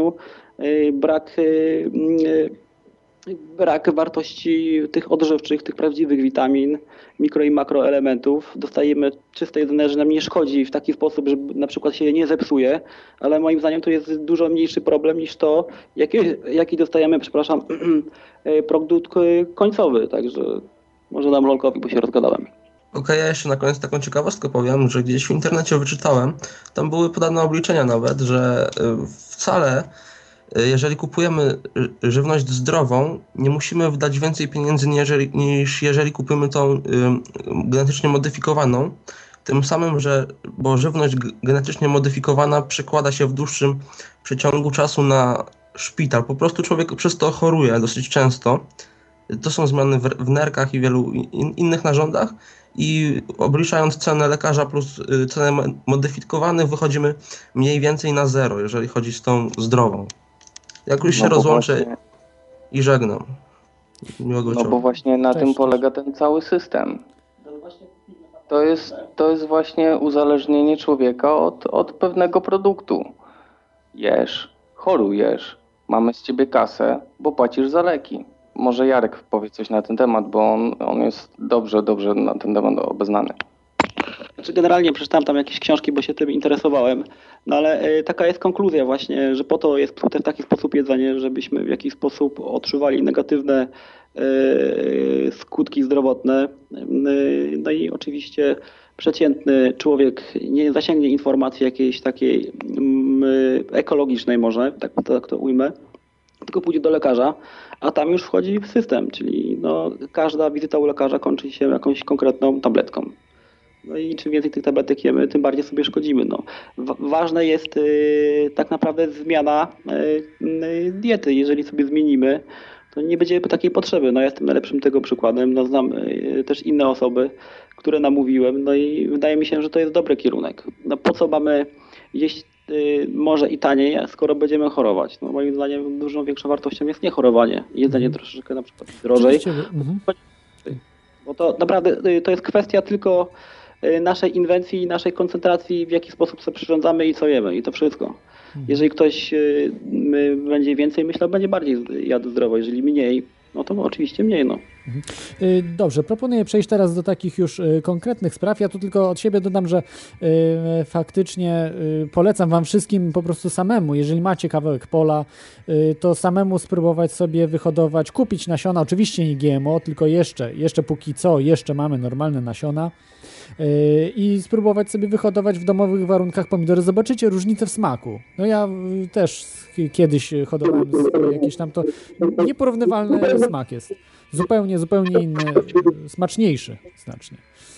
brak wartości tych odżywczych, tych prawdziwych witamin, mikro i makroelementów. Dostajemy czyste jedzenie, że nam nie szkodzi w taki sposób, że na przykład się nie zepsuje, ale moim zdaniem to jest dużo mniejszy problem niż to, jaki dostajemy, produkt końcowy. Także może dam Lolkowi, bo się rozgadałem. Okej, ja jeszcze na koniec taką ciekawostkę powiem, że gdzieś w internecie wyczytałem, tam były podane obliczenia nawet, że wcale jeżeli kupujemy żywność zdrową, nie musimy wydać więcej pieniędzy niż jeżeli kupujemy tą genetycznie modyfikowaną. Tym samym, bo żywność genetycznie modyfikowana przekłada się w dłuższym przeciągu czasu na szpital. Po prostu człowiek przez to choruje dosyć często. To są zmiany w nerkach i wielu innych narządach. I obliczając cenę lekarza plus cenę modyfikowanych, wychodzimy mniej więcej na zero, jeżeli chodzi z tą zdrową. Jak już się rozłączę właśnie... i żegnam. Bo właśnie na tym polega ten cały system. To jest właśnie uzależnienie człowieka od pewnego produktu. Jesz, chorujesz, mamy z ciebie kasę, bo płacisz za leki. Może Jarek powie coś na ten temat, bo on jest dobrze na ten temat obeznany. Znaczy generalnie przeczytałem tam jakieś książki, bo się tym interesowałem, no ale taka jest konkluzja właśnie, że po to jest psute w taki sposób jedzenie, żebyśmy w jakiś sposób odczuwali negatywne skutki zdrowotne. No i oczywiście przeciętny człowiek nie zasięgnie informacji jakiejś takiej ekologicznej może, tak to ujmę, tylko pójdzie do lekarza, a tam już wchodzi w system, czyli no, każda wizyta u lekarza kończy się jakąś konkretną tabletką. No i czym więcej tych tabletek jemy, tym bardziej sobie szkodzimy. No. Ważne jest tak naprawdę zmiana diety. Jeżeli sobie zmienimy, to nie będzie takiej potrzeby. No, ja jestem najlepszym tego przykładem. No, znam też inne osoby, które namówiłem, no i wydaje mi się, że to jest dobry kierunek. No, po co mamy jeść może i taniej, skoro będziemy chorować? No, moim zdaniem dużą większą wartością jest nie chorowanie. Jedzenie troszeczkę na przykład drożej. Bo to naprawdę to jest kwestia tylko naszej inwencji i naszej koncentracji, w jaki sposób sobie przyrządzamy i co jemy. I to wszystko. Jeżeli ktoś będzie więcej myślał, będzie bardziej jadł zdrowo. Jeżeli mniej, no to oczywiście mniej. No. Dobrze, proponuję przejść teraz do takich już konkretnych spraw. Ja tu tylko od siebie dodam, że faktycznie polecam wam wszystkim po prostu samemu, jeżeli macie kawałek pola, to samemu spróbować sobie wyhodować, kupić nasiona, oczywiście nie GMO, tylko jeszcze póki co, jeszcze mamy normalne nasiona i spróbować sobie wyhodować w domowych warunkach pomidory. Zobaczycie różnicę w smaku. No ja też kiedyś hodowałem jakieś tam, to nieporównywalny smak jest. Zupełnie inny, smaczniejszy znacznie.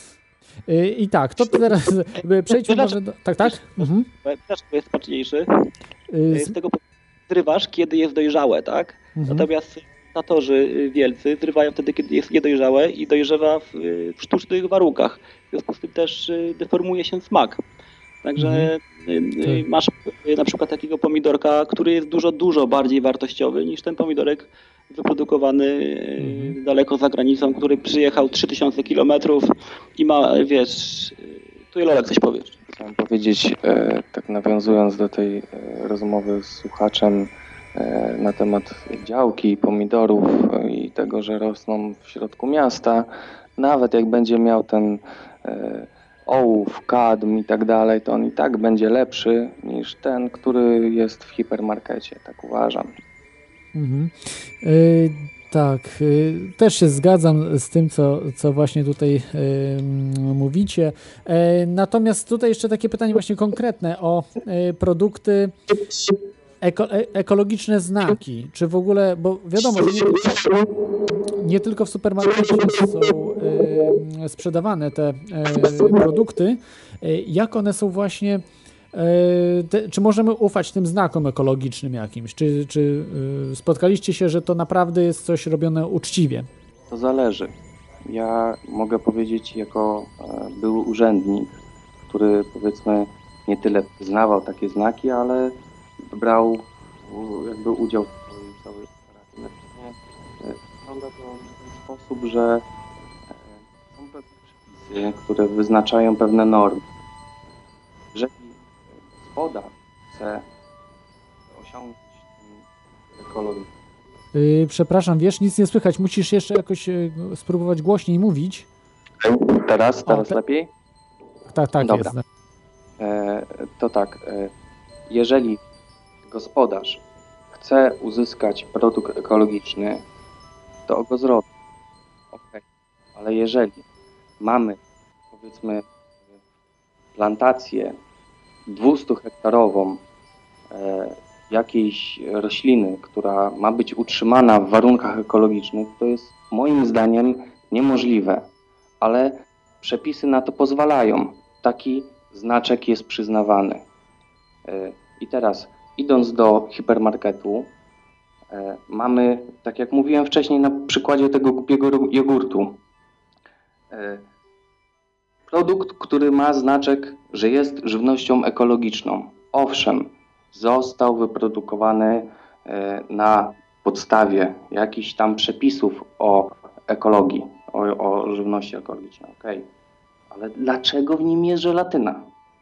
I tak, to teraz przejdźmy może do... Tak? Mhm. Dlaczego jest smaczniejszy? Z tego zrywasz, kiedy jest dojrzałe, tak? Natomiast plantatorzy wielcy zrywają wtedy, kiedy jest niedojrzałe i dojrzewa w sztucznych warunkach. W związku z tym też deformuje się smak. Także masz na przykład takiego pomidorka, który jest dużo bardziej wartościowy niż ten pomidorek wyprodukowany daleko za granicą, który przyjechał 3000 kilometrów i ma, wiesz, tu Lolek coś powiesz. Chciałem powiedzieć, tak nawiązując do tej rozmowy z słuchaczem na temat działki, pomidorów i tego, że rosną w środku miasta, nawet jak będzie miał ten ołów, kadm i tak dalej, to on i tak będzie lepszy niż ten, który jest w hipermarkecie, tak uważam. Tak, też się zgadzam z tym, co właśnie tutaj mówicie. Natomiast tutaj jeszcze takie pytanie właśnie konkretne o produkty ekologiczne znaki. Czy w ogóle, bo wiadomo, że nie tylko w supermarkecie są sprzedawane te produkty. Jak one są właśnie, czy możemy ufać tym znakom ekologicznym jakimś? Czy spotkaliście się, że to naprawdę jest coś robione uczciwie? To zależy. Ja mogę powiedzieć jako były urzędnik, który powiedzmy nie tyle znawał takie znaki, ale brał jakby udział w całej operacji. Wygląda to w ten sposób, że są pewne przepisy, które wyznaczają pewne normy. Jeżeli gospodarz chce osiągnąć ekologię. Przepraszam, wiesz, nic nie słychać. Musisz jeszcze jakoś spróbować głośniej mówić. Teraz lepiej? Tak, dobra. Jest. To tak, jeżeli gospodarz chce uzyskać produkt ekologiczny, to go zrobi. Okay. Ale jeżeli mamy, powiedzmy, plantację 200-hektarową jakiejś rośliny, która ma być utrzymana w warunkach ekologicznych, to jest moim zdaniem niemożliwe, ale przepisy na to pozwalają. Taki znaczek jest przyznawany. I teraz, idąc do hipermarketu, mamy, tak jak mówiłem wcześniej na przykładzie tego głupiego jogurtu, produkt, który ma znaczek, że jest żywnością ekologiczną. Owszem, został wyprodukowany na podstawie jakichś tam przepisów o ekologii, o żywności ekologicznej. Okay. Ale dlaczego w nim jest żelatyna?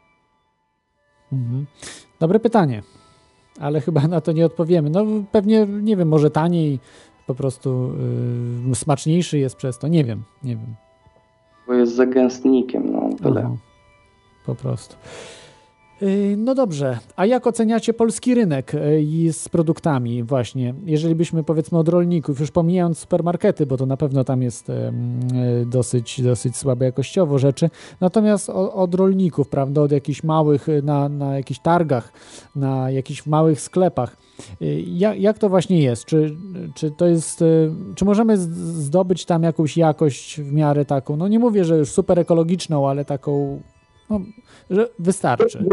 Dobre pytanie, ale chyba na to nie odpowiemy. No pewnie, nie wiem, może taniej, po prostu smaczniejszy jest przez to, nie wiem. Bo jest zagęstnikiem, no tyle. Aha, po prostu. No dobrze, a jak oceniacie polski rynek z produktami właśnie? Jeżeli byśmy, powiedzmy, od rolników, już pomijając supermarkety, bo to na pewno tam jest dosyć słabe jakościowo rzeczy, natomiast od rolników, prawda, od jakichś małych, na jakichś targach, na jakichś małych sklepach, jak to właśnie jest? Czy to jest, czy możemy zdobyć tam jakąś jakość w miarę taką, no nie mówię, że już super ekologiczną, ale taką, no, że wystarczy?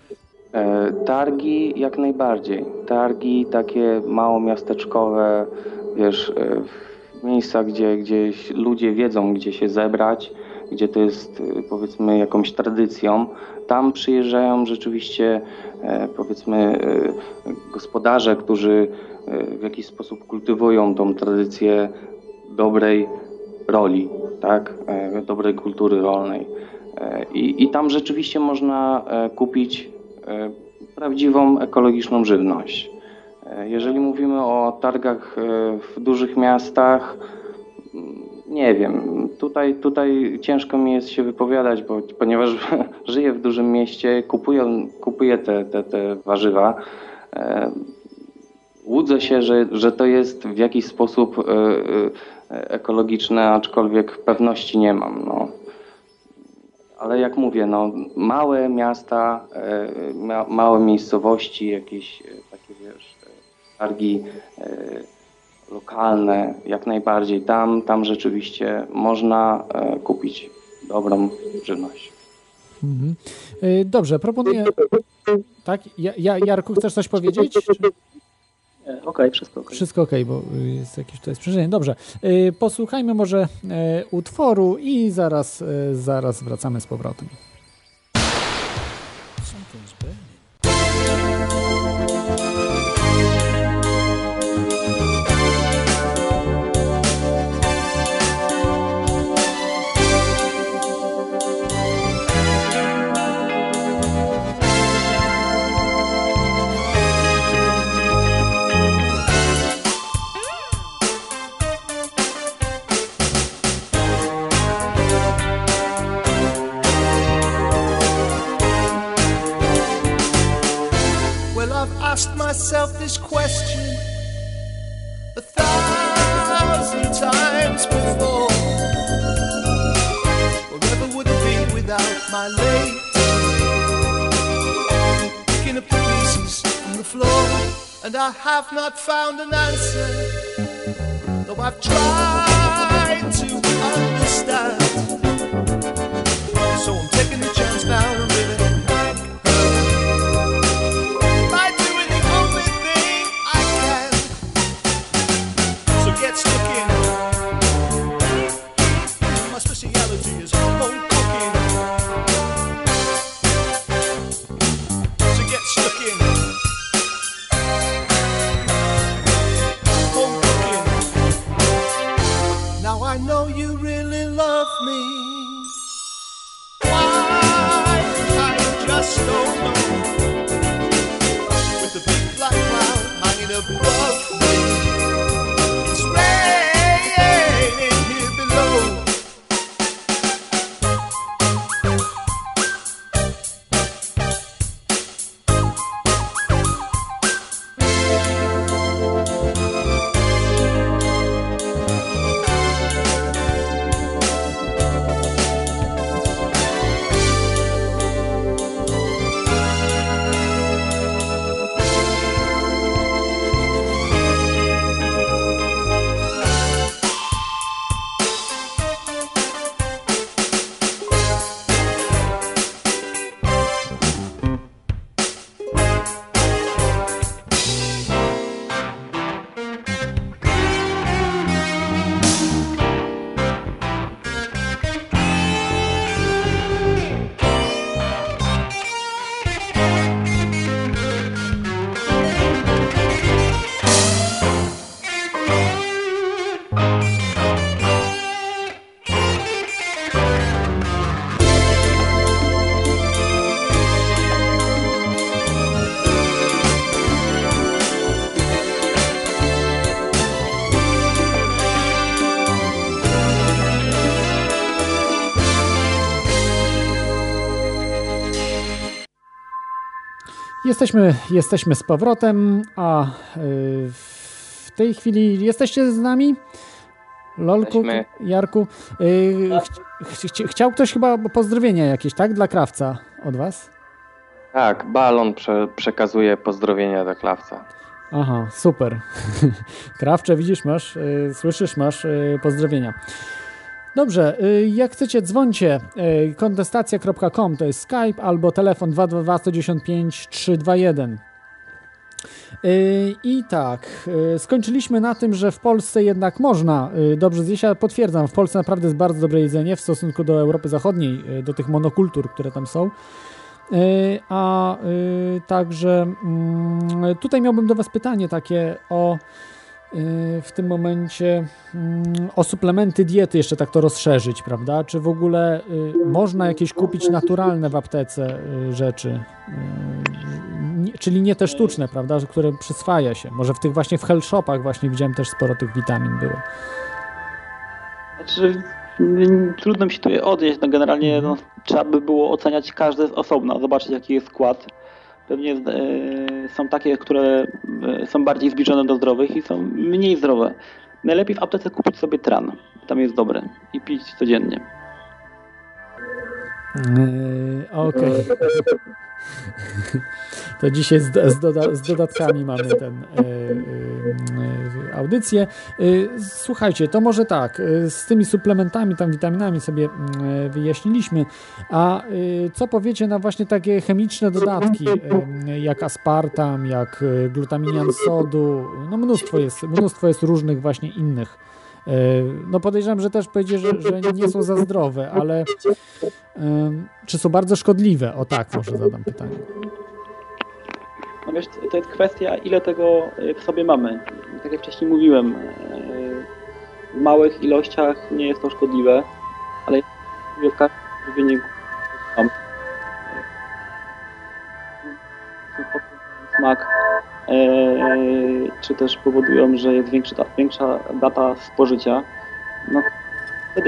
Targi jak najbardziej. Targi takie małomiasteczkowe, wiesz, w miejscach, gdzie ludzie wiedzą, gdzie się zebrać, gdzie to jest, powiedzmy, jakąś tradycją. Tam przyjeżdżają rzeczywiście, powiedzmy, gospodarze, którzy w jakiś sposób kultywują tą tradycję dobrej roli, tak? Dobrej kultury rolnej. I tam rzeczywiście można kupić prawdziwą ekologiczną żywność. Jeżeli mówimy o targach w dużych miastach, nie wiem, tutaj ciężko mi jest się wypowiadać, ponieważ żyję w dużym mieście, kupuję te warzywa. Łudzę się, że to jest w jakiś sposób ekologiczne, aczkolwiek pewności nie mam. No. Ale jak mówię, no, małe miasta, małe miejscowości, jakieś takie, wiesz, targi lokalne, jak najbardziej. Tam rzeczywiście można kupić dobrą żywność. Dobrze, proponuję... Tak? Jarku, chcesz coś powiedzieć? okej, wszystko okej. Wszystko okej, bo jest jakieś tutaj sprzężenie. Dobrze, posłuchajmy może utworu i zaraz wracamy z powrotem. Asked myself this question 1,000 times before. Wherever would it be without my lady? Picking up the pieces from the floor, and I have not found an answer, though I've tried to understand. So I'm taking the chance now to really thank her. Get stuck in. My speciality is home cooking. So get stuck in. Home cooking. Now I know you really love me. Why? I just don't know. With the big black cloud hanging above me. Jesteśmy z powrotem, a w tej chwili jesteście z nami? Lolku, Jarku. Chciał ktoś chyba pozdrowienia jakieś, tak? Dla Krawca od was? Tak, Balon przekazuje pozdrowienia dla Krawca. Aha, super. Krawcze, widzisz, słyszysz, masz pozdrowienia. Dobrze, jak chcecie, dzwońcie. Kontestacja.com to jest Skype albo telefon 222 195 321. I tak, skończyliśmy na tym, że w Polsce jednak można dobrze zjeść. Ja potwierdzam, w Polsce naprawdę jest bardzo dobre jedzenie w stosunku do Europy Zachodniej, do tych monokultur, które tam są. A także tutaj miałbym do was pytanie takie w tym momencie o suplementy diety, jeszcze tak to rozszerzyć, prawda? Czy w ogóle można jakieś kupić naturalne w aptece rzeczy, czyli nie te sztuczne, prawda, które przyswaja się. Może w tych właśnie w health shopach właśnie widziałem też sporo tych witamin było. Znaczy, trudno mi się tutaj odnieść, no generalnie trzeba by było oceniać każde z osobna, zobaczyć jaki jest skład. Pewnie są takie, które są bardziej zbliżone do zdrowych i są mniej zdrowe. Najlepiej w aptece kupić sobie tran, tam jest dobre i pić codziennie. Okej. To dzisiaj z dodatkami mamy ten audycję. Słuchajcie, to może tak, z tymi suplementami, tam witaminami sobie wyjaśniliśmy, a co powiecie na właśnie takie chemiczne dodatki, jak aspartam, jak glutaminian sodu, no mnóstwo jest różnych właśnie innych. No podejrzewam, że też powiedzie, że nie są za zdrowe, ale czy są bardzo szkodliwe? O tak, może zadam pytanie. No wiesz, to jest kwestia, ile tego w sobie mamy. Tak jak wcześniej mówiłem, w małych ilościach nie jest to szkodliwe, ale w każdym żywieniu mamy smak, czy też powodują, że jest większa data spożycia, no wtedy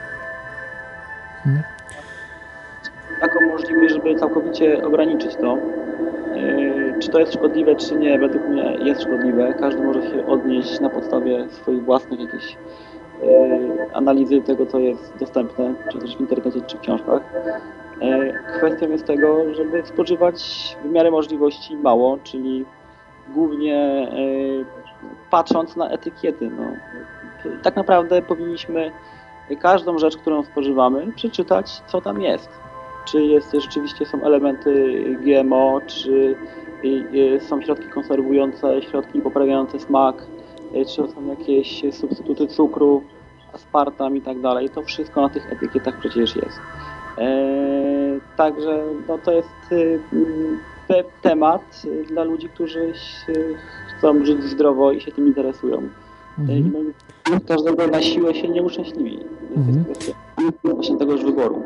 taką możliwość, żeby całkowicie ograniczyć to. Czy to jest szkodliwe, czy nie, według mnie jest szkodliwe. Każdy może się odnieść na podstawie swoich własnych jakichś analizy tego, co jest dostępne, czy też w internecie, czy w książkach. Kwestią jest tego, żeby spożywać w miarę możliwości mało, czyli głównie patrząc na etykiety. No, tak naprawdę powinniśmy każdą rzecz, którą spożywamy, przeczytać, co tam jest. Czy rzeczywiście są elementy GMO, czy są środki konserwujące, środki poprawiające smak, czy są jakieś substytuty cukru, aspartam i tak dalej. To wszystko na tych etykietach przecież jest. Także no, to jest temat dla ludzi, którzy chcą żyć zdrowo i się tym interesują. Każdego na siłę się nie uszczęśliwi. To jest kwestia właśnie tegoż wyboru.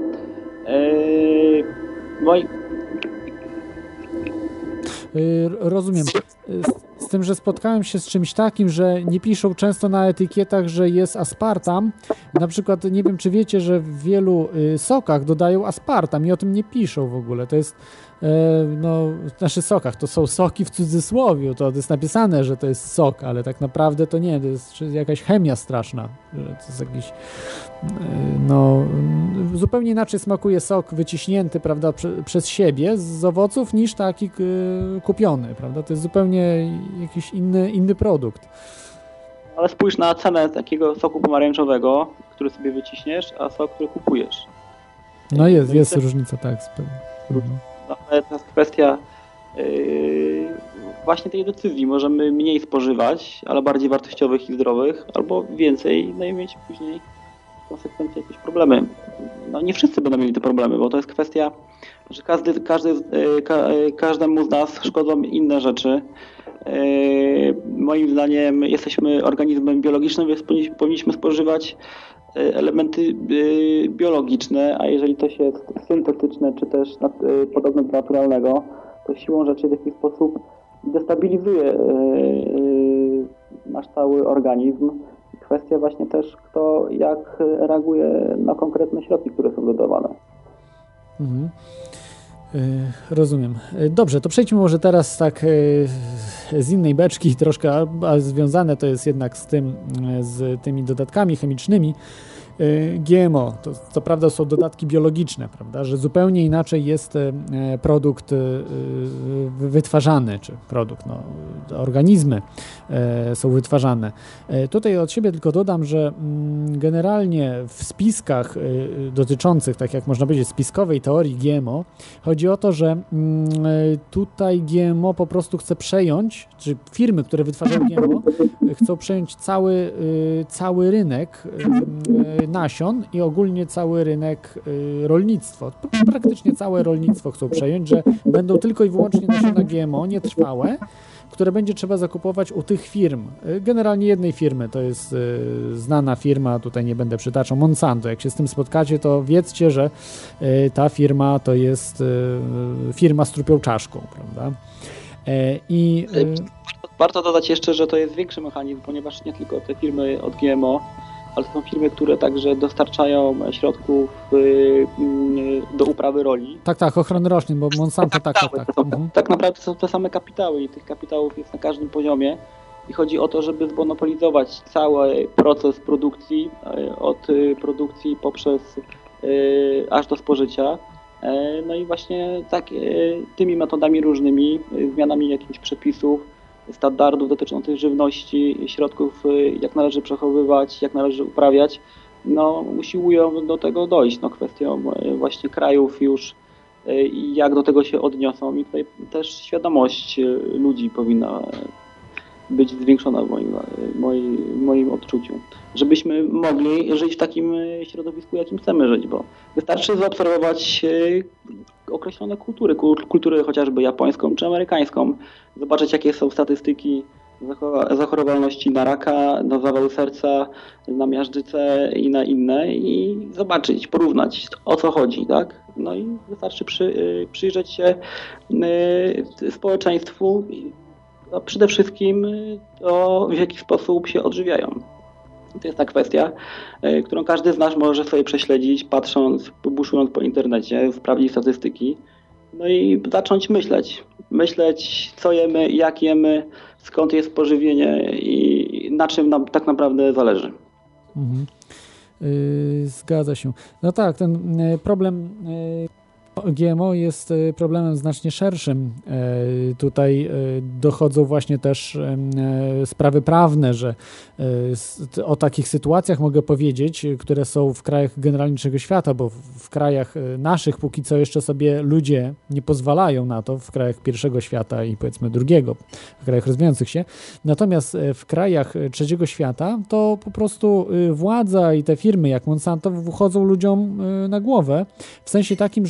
Rozumiem. Z tym, że spotkałem się z czymś takim, że nie piszą często na etykietach, że jest aspartam. Na przykład, nie wiem, czy wiecie, że w wielu sokach dodają aspartam i o tym nie piszą w ogóle. To jest w naszych sokach, to są soki w cudzysłowie, to jest napisane, że to jest sok, ale tak naprawdę to nie, to jest jakaś chemia straszna, że to jest jakiś zupełnie inaczej smakuje sok wyciśnięty, prawda, przez siebie z owoców niż taki kupiony, prawda, to jest zupełnie jakiś inny produkt. Ale spójrz na cenę takiego soku pomarańczowego, który sobie wyciśniesz, a sok, który kupujesz. No jest różnica, tak. Ale to jest kwestia właśnie tej decyzji. Możemy mniej spożywać, ale bardziej wartościowych i zdrowych, albo więcej, no i mieć później w konsekwencji jakieś problemy. No nie wszyscy będą mieli te problemy, bo to jest kwestia, że każdemu z nas szkodzą inne rzeczy. Moim zdaniem jesteśmy organizmem biologicznym, więc powinniśmy spożywać elementy biologiczne, a jeżeli to się jest syntetyczne, czy też podobne do naturalnego, to siłą rzeczy w jakiś sposób destabilizuje nasz cały organizm. Kwestia właśnie też, kto jak reaguje na konkretne środki, które są dodawane. Rozumiem. Dobrze, to przejdźmy może teraz tak z innej beczki troszkę, ale związane to jest jednak z tymi dodatkami chemicznymi. GMO, to co prawda są dodatki biologiczne, prawda, że zupełnie inaczej jest produkt wytwarzany, czy produkt, organizmy są wytwarzane. Tutaj od siebie tylko dodam, że generalnie w spiskach dotyczących, tak jak można powiedzieć, spiskowej teorii GMO, chodzi o to, że tutaj GMO po prostu chce przejąć, czy firmy, które wytwarzają GMO, chcą przejąć cały rynek nasion i ogólnie cały rynek rolnictwo. Praktycznie całe rolnictwo chcą przejąć, że będą tylko i wyłącznie nasiona GMO, nietrwałe, które będzie trzeba zakupować u tych firm. Generalnie jednej firmy, to jest znana firma, tutaj nie będę przytaczał, Monsanto. Jak się z tym spotkacie, to wiedzcie, że ta firma to jest firma z trupią czaszką, prawda? Warto dodać jeszcze, że to jest większy mechanizm, ponieważ nie tylko te firmy od GMO, ale to są firmy, które także dostarczają środków do uprawy roli. Tak, ochrony roślin, bo Monsanto tak. Tak naprawdę są te same kapitały i tych kapitałów jest na każdym poziomie i chodzi o to, żeby zmonopolizować cały proces produkcji, od produkcji poprzez aż do spożycia. No i właśnie tak tymi metodami różnymi, zmianami jakichś przepisów, standardów dotyczących żywności, środków, jak należy przechowywać, jak należy uprawiać, no usiłują do tego dojść. No, kwestią właśnie krajów już i jak do tego się odniosą. I tutaj też świadomość ludzi powinna być zwiększona w moim odczuciu. Żebyśmy mogli żyć w takim środowisku, jakim chcemy żyć, bo wystarczy zaobserwować określone kultury chociażby japońską czy amerykańską, zobaczyć jakie są statystyki zachorowalności na raka, na zawały serca, na miażdżycę i na inne i zobaczyć, porównać o co chodzi, tak? No i wystarczy przyjrzeć się społeczeństwu, a przede wszystkim to w jaki sposób się odżywiają. To jest ta kwestia, którą każdy z nas może sobie prześledzić, patrząc, buszując po internecie, sprawdzić statystyki, no i zacząć myśleć. Myśleć, co jemy, jak jemy, skąd jest pożywienie i na czym nam tak naprawdę zależy. Mhm. Zgadza się. No tak, ten problem GMO jest problemem znacznie szerszym. Tutaj dochodzą właśnie też sprawy prawne, że o takich sytuacjach mogę powiedzieć, które są w krajach generalnie trzeciego świata, bo w krajach naszych póki co jeszcze sobie ludzie nie pozwalają na to, w krajach pierwszego świata i powiedzmy drugiego, w krajach rozwijających się. Natomiast w krajach trzeciego świata to po prostu władza i te firmy jak Monsanto wchodzą ludziom na głowę w sensie takim,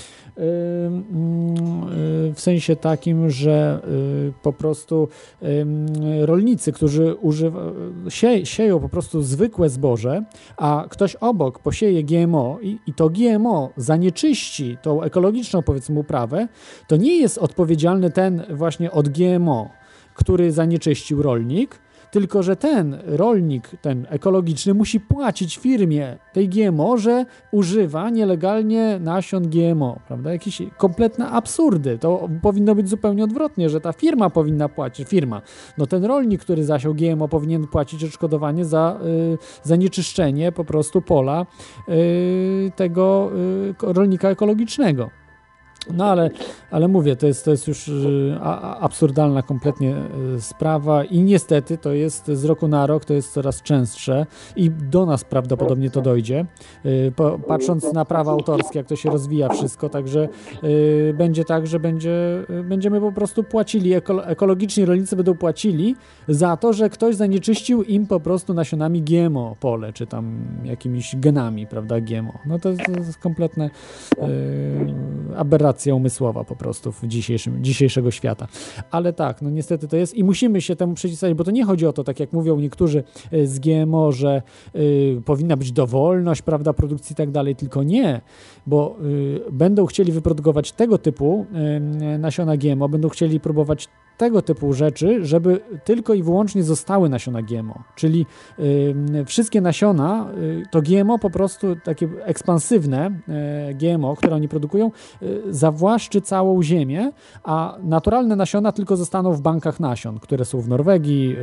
że po prostu rolnicy, którzy sieją po prostu zwykłe zboże, a ktoś obok posieje GMO i to GMO zanieczyści tą ekologiczną, powiedzmy, uprawę, to nie jest odpowiedzialny ten właśnie od GMO, który zanieczyścił rolnik, tylko że ten rolnik, ten ekologiczny musi płacić firmie tej GMO, że używa nielegalnie nasion GMO, prawda? Jakieś kompletne absurdy. To powinno być zupełnie odwrotnie, że ta firma powinna płacić. No ten rolnik, który zasiał GMO, powinien płacić odszkodowanie za zanieczyszczenie po prostu pola tego rolnika ekologicznego. No ale mówię, to jest już absurdalna kompletnie sprawa i niestety to jest z roku na rok, to jest coraz częstsze i do nas prawdopodobnie to dojdzie, patrząc na prawa autorskie, jak to się rozwija wszystko, także będzie tak, że będziemy po prostu płacili, ekologiczni rolnicy będą płacili za to, że ktoś zanieczyścił im po prostu nasionami GMO pole, czy tam jakimiś genami, prawda, GMO. No to jest kompletne aberracja umysłowa po prostu dzisiejszego świata. Ale tak, no niestety to jest i musimy się temu przeciwstawić, bo to nie chodzi o to, tak jak mówią niektórzy z GMO, że powinna być dowolność, prawda, produkcji i tak dalej, tylko nie, bo będą chcieli wyprodukować tego typu nasiona GMO, będą chcieli próbować tego typu rzeczy, żeby tylko i wyłącznie zostały nasiona GMO. Czyli wszystkie nasiona, to GMO po prostu takie ekspansywne GMO, które oni produkują, zawłaszczy całą ziemię, a naturalne nasiona tylko zostaną w bankach nasion, które są w Norwegii,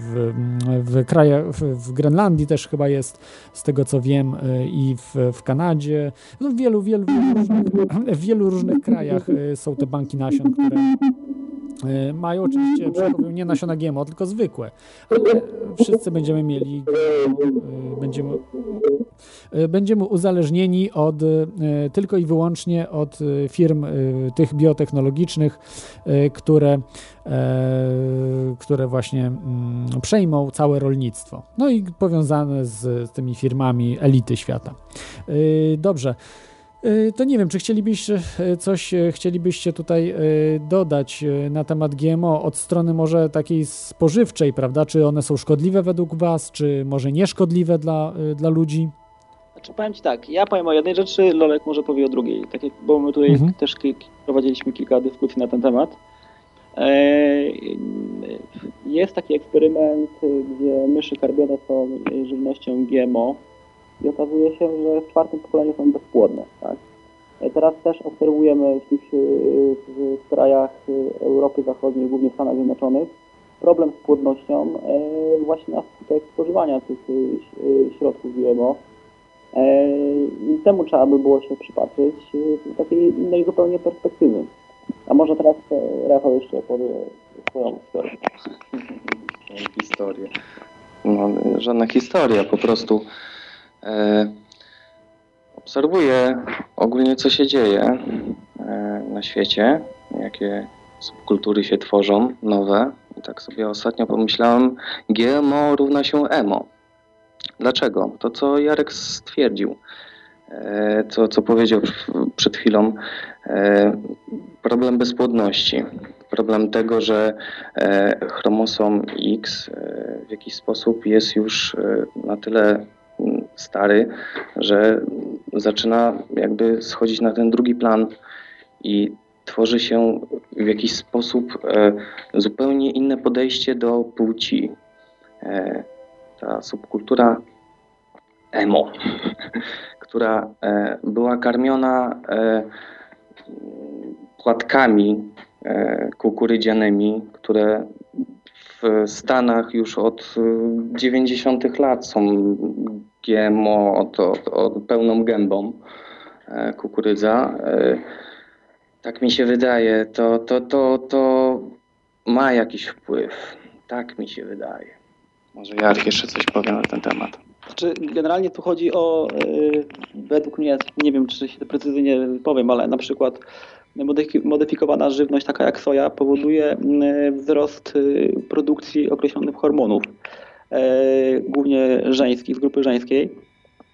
w Grenlandii też chyba jest, z tego co wiem, i w Kanadzie. No w wielu różnych krajach są te banki nasion, które mają oczywiście, przechowują nie nasiona GMO, tylko zwykłe. Ale wszyscy będziemy mieli będziemy uzależnieni tylko i wyłącznie od firm tych biotechnologicznych, które właśnie przejmą całe rolnictwo. No i powiązane z tymi firmami elity świata. Dobrze. To nie wiem, czy chcielibyście tutaj dodać na temat GMO od strony może takiej spożywczej, prawda? Czy one są szkodliwe według Was, czy może nieszkodliwe dla ludzi? Znaczy powiem Ci tak, ja powiem o jednej rzeczy, Lolek może powie o drugiej, tak jak, bo my tutaj też prowadziliśmy kilka dyskusji na ten temat. Jest taki eksperyment, gdzie myszy karmione są żywnością GMO. I okazuje się, że w 4. pokoleniu są bezpłodne. Tak? Teraz też obserwujemy w krajach Europy Zachodniej, głównie w Stanach Zjednoczonych, problem z płodnością właśnie na skutek spożywania tych środków GMO. I temu trzeba by było się przypatrzeć z takiej innej zupełnie perspektywy. A może teraz Rafał jeszcze opowie swoją historię. No, żadna historia, po prostu obserwuję ogólnie, co się dzieje na świecie, jakie subkultury się tworzą, nowe. I tak sobie ostatnio pomyślałem, GMO równa się emo. Dlaczego? To, co Jarek stwierdził, co powiedział przed chwilą, problem bezpłodności, problem tego, że chromosom X w jakiś sposób jest już na tyle stary, że zaczyna jakby schodzić na ten drugi plan i tworzy się w jakiś sposób zupełnie inne podejście do płci. Ta subkultura emo, która była karmiona płatkami kukurydzianymi, które w Stanach już od 90 lat są GMO pełną gębą kukurydza. Tak mi się wydaje, to ma jakiś wpływ. Tak mi się wydaje. Może Jarek jeszcze coś powie na ten temat. Znaczy, generalnie tu chodzi o, według mnie, nie wiem, czy się precyzyjnie powiem, ale na przykład modyfikowana żywność, taka jak soja, powoduje wzrost produkcji określonych hormonów, głównie żeńskich, z grupy żeńskiej.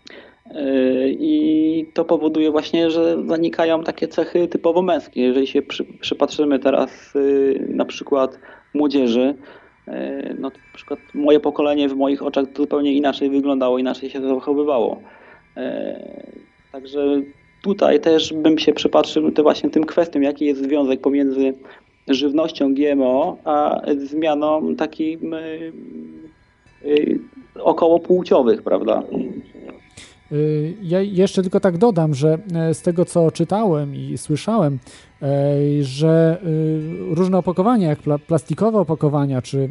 I to powoduje właśnie, że zanikają takie cechy typowo męskie. Jeżeli się przypatrzymy teraz na przykład młodzieży, no to na przykład moje pokolenie w moich oczach zupełnie inaczej wyglądało, inaczej się zachowywało. Także tutaj też bym się przypatrzył właśnie tym kwestiom, jaki jest związek pomiędzy żywnością GMO a zmianą takich okołopłciowych, prawda? Ja jeszcze tylko tak dodam, że z tego, co czytałem i słyszałem, że różne opakowania, jak plastikowe opakowania, czy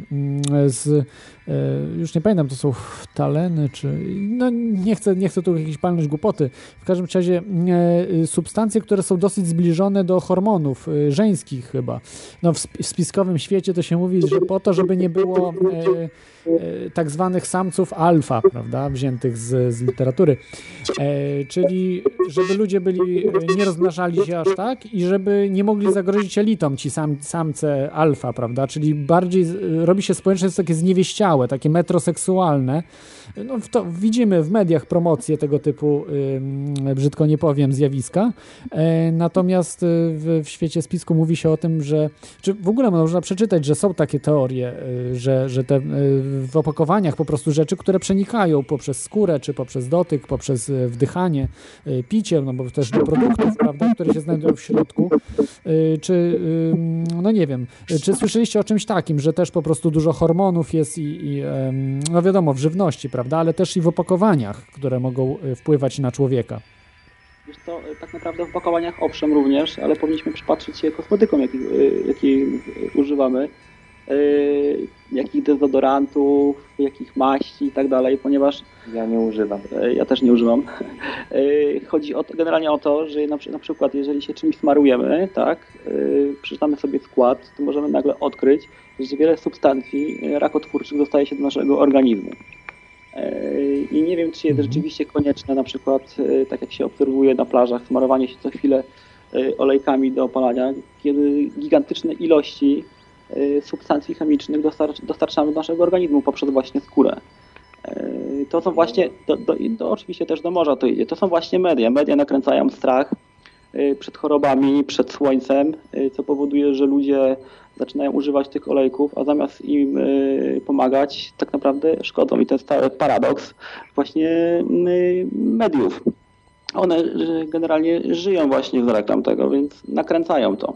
już nie pamiętam, to są ftaleny, czy no nie chcę tu jakiejś palnąć głupoty. W każdym razie substancje, które są dosyć zbliżone do hormonów żeńskich chyba. No w spiskowym świecie to się mówi, że po to, żeby nie było tak zwanych samców alfa, prawda, wziętych z literatury. Czyli żeby ludzie nie rozmnażali się aż tak i żeby nie mogli zagrozić elitom ci samce alfa, prawda, czyli bardziej robi się społeczeństwo takie zniewieściałe, takie metroseksualne. No, to widzimy w mediach promocje tego typu, brzydko nie powiem, zjawiska. Natomiast w świecie spisku mówi się o tym, że czy w ogóle można przeczytać, że są takie teorie, że te w opakowaniach po prostu rzeczy, które przenikają poprzez skórę, czy poprzez dotyk, poprzez wdychanie, picie, no bo też do produktów, prawda, które się znajdują w środku, czy no nie wiem, czy słyszeliście o czymś takim, że też po prostu dużo hormonów jest i no wiadomo, w żywności, prawda, ale też i w opakowaniach, które mogą wpływać na człowieka. Wiesz co, tak naprawdę w opakowaniach owszem również, ale powinniśmy przypatrzyć się kosmetykom, jakich używamy, jakich dezodorantów, jakich maści i tak dalej, ponieważ ja nie używam. Ja też nie używam. Chodzi generalnie o to, że na przykład jeżeli się czymś smarujemy, tak, przeczytamy sobie skład, to możemy nagle odkryć, że wiele substancji rakotwórczych dostaje się do naszego organizmu. I nie wiem, czy jest rzeczywiście konieczne, na przykład tak jak się obserwuje na plażach, smarowanie się co chwilę olejkami do opalania, kiedy gigantyczne ilości substancji chemicznych dostarczamy do naszego organizmu poprzez właśnie skórę. To są właśnie, to oczywiście też do morza to idzie, to są właśnie media. Media nakręcają strach przed chorobami, przed słońcem, co powoduje, że ludzie zaczynają używać tych olejków, a zamiast im pomagać, tak naprawdę szkodzą. I to jest cały paradoks właśnie mediów. One generalnie żyją właśnie z reklam tego, więc nakręcają to.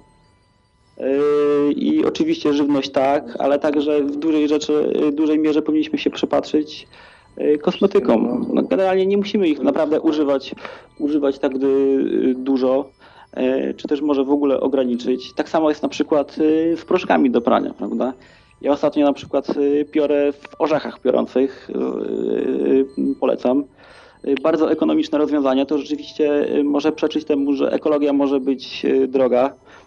I oczywiście żywność tak, ale także w dużej mierze powinniśmy się przypatrzyć kosmetykom. No, generalnie nie musimy ich naprawdę używać tak dużo, czy też może w ogóle ograniczyć. Tak samo jest na przykład z proszkami do prania, prawda? Ja ostatnio na przykład piorę w orzechach piorących, polecam. Bardzo ekonomiczne rozwiązanie, to rzeczywiście może przeczyć temu, że ekologia może być droga,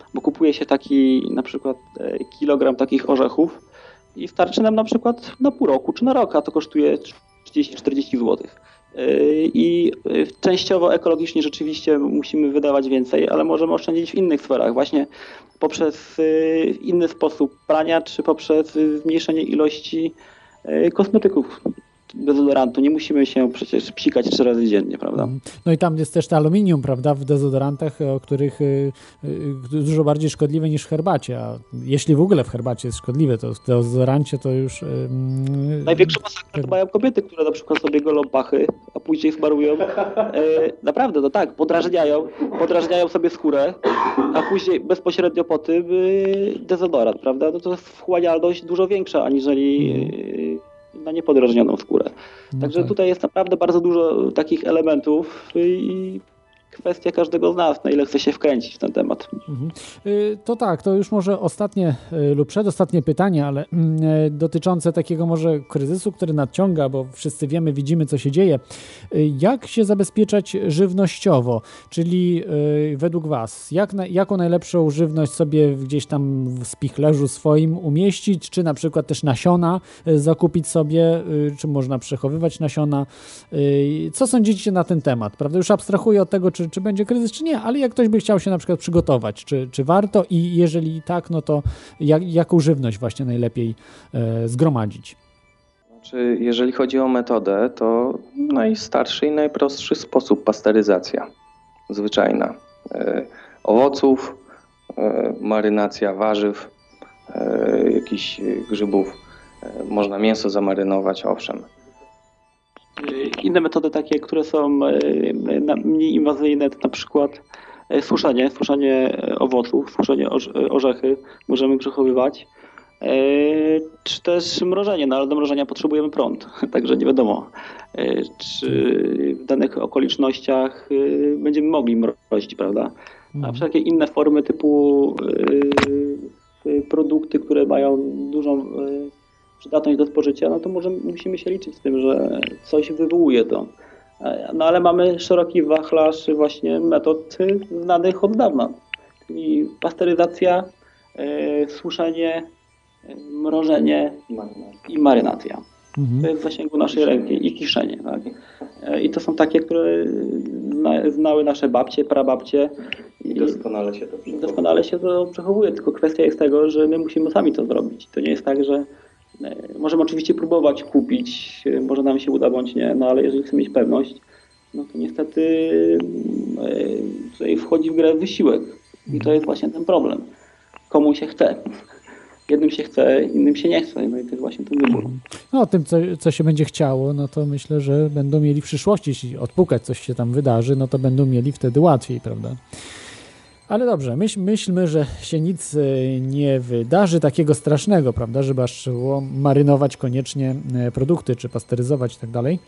bo kupuje się taki na przykład kilogram takich orzechów i starczy nam na przykład na pół roku czy na rok, a to kosztuje 30-40 zł. I częściowo ekologicznie rzeczywiście musimy wydawać więcej, ale możemy oszczędzić w innych sferach, właśnie poprzez inny sposób prania, czy poprzez zmniejszenie ilości kosmetyków, dezodorantu. Nie musimy się przecież psikać 3 razy dziennie, prawda? No i tam jest też to aluminium, prawda, w dezodorantach, o których dużo bardziej szkodliwe niż w herbacie, a jeśli w ogóle w herbacie jest szkodliwe, to w dezodorancie to już... Największą masakrę to mają kobiety, które na przykład sobie golą pachy, a później smarują. Naprawdę, to tak, podrażniają sobie skórę, a później bezpośrednio po tym dezodorant, prawda? No to jest wchłanialność dużo większa, aniżeli na niepodrażnioną skórę. Także tutaj jest naprawdę bardzo dużo takich elementów i kwestia każdego z nas, na ile chce się wkręcić w ten temat. To tak, to już może ostatnie lub przedostatnie pytanie, ale dotyczące takiego może kryzysu, który nadciąga, bo wszyscy wiemy, widzimy, co się dzieje. Jak się zabezpieczać żywnościowo? Czyli według Was, jaką najlepszą żywność sobie gdzieś tam w spichlerzu swoim umieścić, czy na przykład też nasiona zakupić sobie, czy można przechowywać nasiona? Co sądzicie na ten temat? Prawda? Już abstrahuję od tego, czy będzie kryzys, czy nie, ale jak ktoś by chciał się na przykład przygotować, czy warto i jeżeli tak, no to jaką żywność właśnie najlepiej zgromadzić? Znaczy, jeżeli chodzi o metodę, to najstarszy i najprostszy sposób pasteryzacja zwyczajna. Owoców, marynacja warzyw, jakichś grzybów. Można mięso zamarynować, owszem. Inne metody takie, które są mniej inwazyjne, to na przykład suszenie owoców, suszenie orzechy możemy przechowywać, czy też mrożenie, no ale do mrożenia potrzebujemy prąd, także nie wiadomo, czy w danych okolicznościach będziemy mogli mrozić, prawda? A wszelkie inne formy typu produkty, które mają dużą przydatność do spożycia, no to musimy się liczyć z tym, że coś wywołuje to. No ale mamy szeroki wachlarz właśnie metod znanych od dawna. Czyli pasteryzacja, suszenie, mrożenie i marynacja. To jest w zasięgu naszej ręki i kiszenie. Tak? I to są takie, które znały nasze babcie, prababcie. I doskonale się to przechowuje, tylko kwestia jest tego, że my musimy sami to zrobić. To nie jest tak, że możemy oczywiście próbować kupić, może nam się uda bądź nie, no ale jeżeli chcemy mieć pewność, no to niestety tutaj wchodzi w grę wysiłek i to jest właśnie ten problem. Komu się chce. Jednym się chce, innym się nie chce, no i to jest właśnie ten wybór. No o tym, co się będzie chciało, no to myślę, że będą mieli w przyszłości, jeśli odpukać coś się tam wydarzy, no to będą mieli wtedy łatwiej, prawda? Ale dobrze, myślmy, że się nic nie wydarzy takiego strasznego, prawda, żeby aż trzeba marynować koniecznie produkty, czy pasteryzować i tak dalej.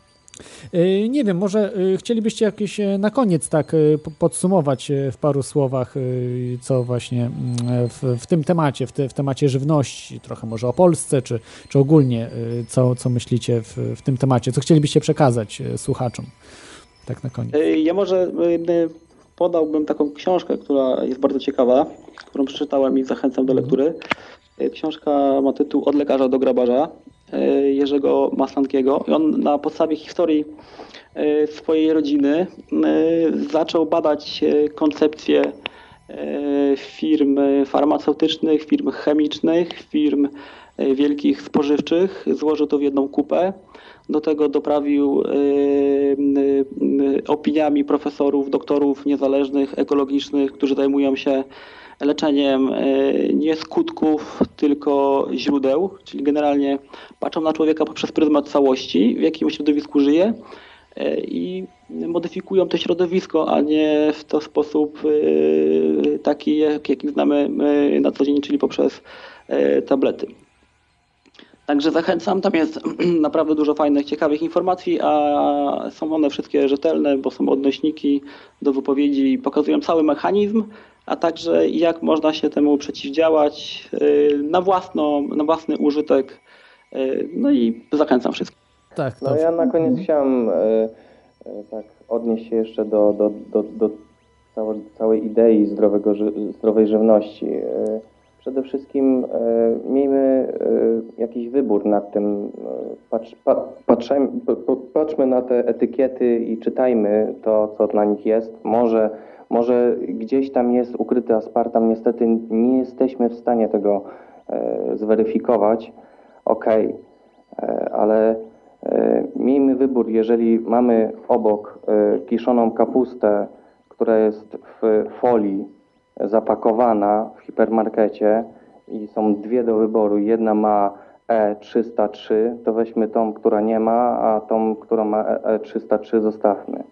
Nie wiem, może chcielibyście jakieś na koniec tak podsumować w paru słowach, co właśnie w tym temacie, w temacie żywności, trochę może o Polsce, czy ogólnie, co myślicie w tym temacie, co chcielibyście przekazać słuchaczom, tak na koniec. Ja może podałbym taką książkę, która jest bardzo ciekawa, którą przeczytałem i zachęcam do lektury. Książka ma tytuł Od lekarza do grabarza Jerzego Maslankiego i on na podstawie historii swojej rodziny zaczął badać koncepcję firm farmaceutycznych, firm chemicznych, firm wielkich spożywczych. Złożył to w jedną kupę. Do tego doprawił opiniami profesorów, doktorów niezależnych, ekologicznych, którzy zajmują się leczeniem nie skutków, tylko źródeł, czyli generalnie patrzą na człowieka poprzez pryzmat całości, w jakim środowisku żyje i modyfikują to środowisko, a nie w to sposób taki, jaki znamy na co dzień, czyli poprzez tablety. Także zachęcam, tam jest naprawdę dużo fajnych, ciekawych informacji, a są one wszystkie rzetelne, bo są odnośniki do wypowiedzi, pokazują cały mechanizm, a także jak można się temu przeciwdziałać na własny użytek. No i zachęcam wszystkich. Tak, no ja na koniec chciałem tak odnieść się jeszcze do całej idei zdrowej żywności. Przede wszystkim miejmy jakiś wybór nad tym, patrzmy na te etykiety i czytajmy to, co na nich jest. Może gdzieś tam jest ukryty aspartam, niestety nie jesteśmy w stanie tego zweryfikować, ale miejmy wybór, jeżeli mamy obok kiszoną kapustę, która jest w folii zapakowana w hipermarkecie i są dwie do wyboru, jedna ma E303, to weźmy tą, która nie ma, a tą, która ma E303 zostawmy.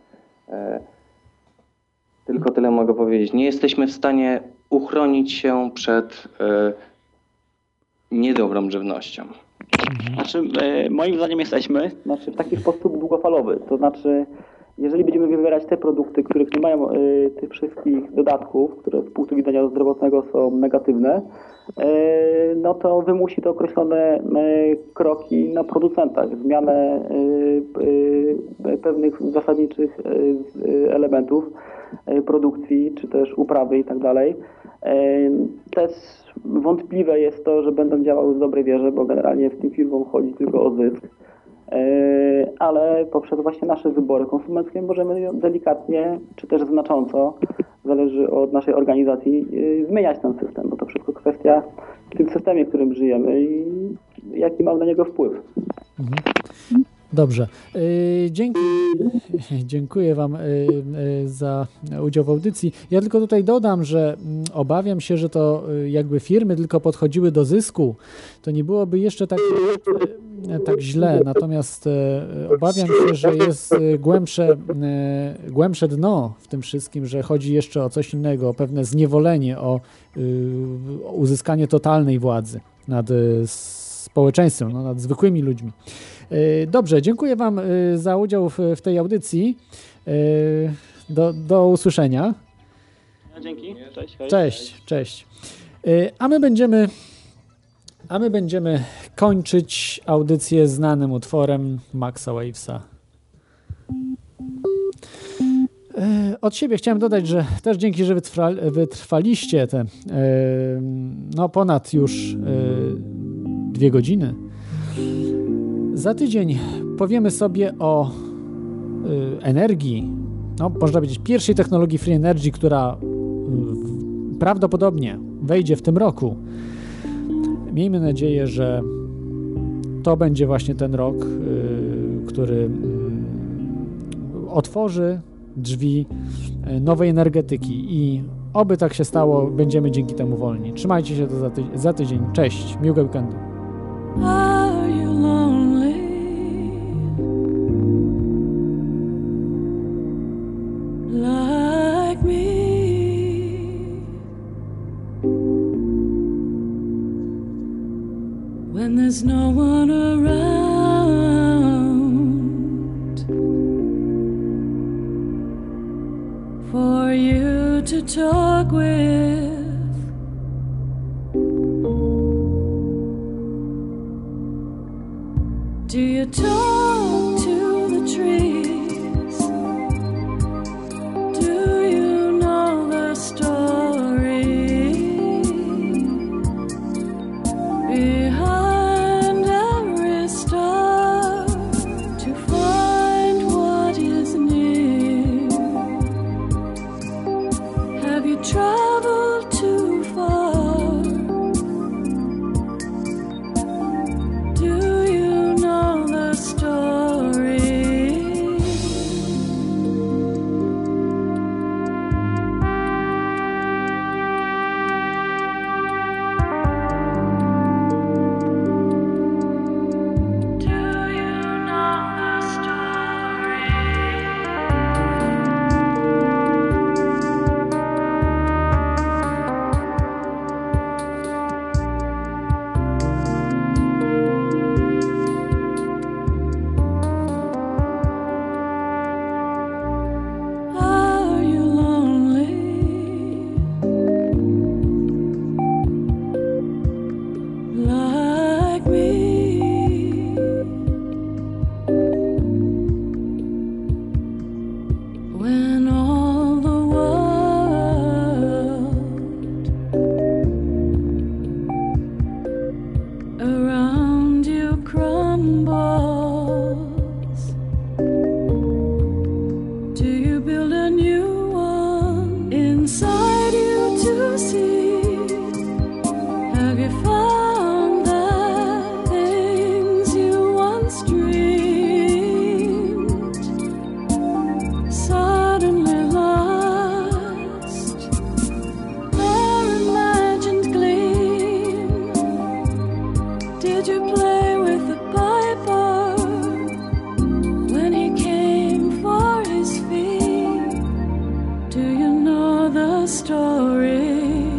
Tylko tyle mogę powiedzieć. Nie jesteśmy w stanie uchronić się przed niedobrą żywnością. Znaczy, moim zdaniem jesteśmy w taki sposób długofalowy. To znaczy, jeżeli będziemy wybierać te produkty, których nie mają tych wszystkich dodatków, które z punktu widzenia zdrowotnego są negatywne, no to wymusi to określone kroki na producentach, zmianę pewnych zasadniczych elementów produkcji, czy też uprawy i tak dalej. Też wątpliwe jest to, że będą działały w dobrej wierze, bo generalnie w tym firmom chodzi tylko o zysk. Ale poprzez właśnie nasze wybory konsumenckie możemy delikatnie, czy też znacząco, zależy od naszej organizacji, zmieniać ten system, bo to wszystko kwestia w tym systemie, w którym żyjemy i jaki mamy na niego wpływ. Dobrze. Dziękuję Wam za udział w audycji. Ja tylko tutaj dodam, że obawiam się, że to jakby firmy tylko podchodziły do zysku, to nie byłoby jeszcze tak źle. Natomiast obawiam się, że jest głębsze dno w tym wszystkim, że chodzi jeszcze o coś innego, o pewne zniewolenie, o uzyskanie totalnej władzy nad społeczeństwem, nad zwykłymi ludźmi. Dobrze, dziękuję Wam za udział w tej audycji. Do usłyszenia. Dzięki. Cześć. A my będziemy kończyć audycję znanym utworem Maxa Wavesa. Od siebie chciałem dodać, że też dzięki, że wytrwaliście te ponad już 2 godziny. Za tydzień powiemy sobie o energii, można powiedzieć pierwszej technologii Free Energy, która prawdopodobnie wejdzie w tym roku. Miejmy nadzieję, że to będzie właśnie ten rok, który otworzy drzwi nowej energetyki i oby tak się stało, będziemy dzięki temu wolni. Trzymajcie się za tydzień. Cześć, miłego weekendu. Are you lonely? Like me? When there's no one around for you to talk with. Do you talk to the trees? Do you know the story behind every star to find what is near? Have you traveled too far? Do you know the story? around you crumbles. Do you build a new one inside you to see? Have you found the things you once dreamed suddenly lost? Their imagined gleam. Did you play with the piper when he came for his fee? Do you know the story?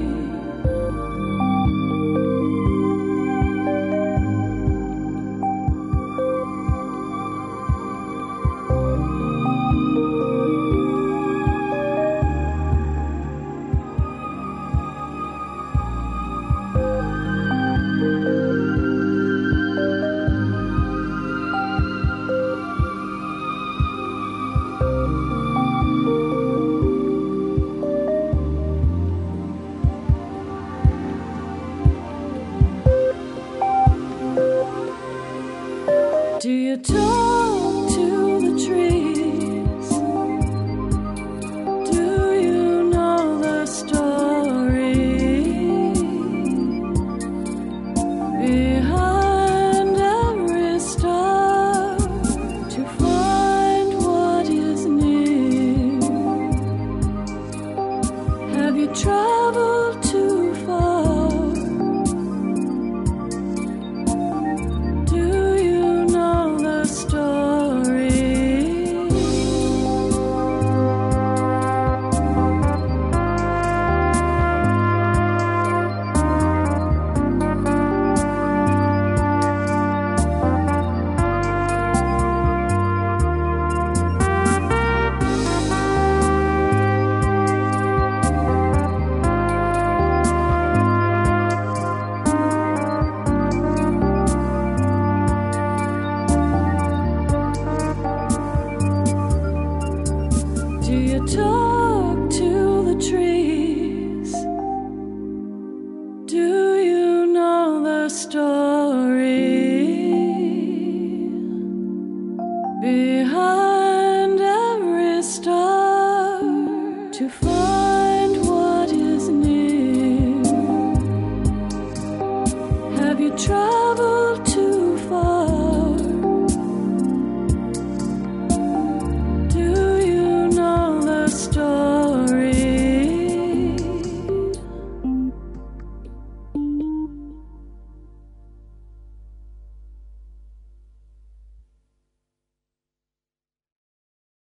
Do you talk to the trees? Do you know the story behind every star to find what is near? Have you traveled too far? Do you know the story? Do you talk to the trees? Do you know the story?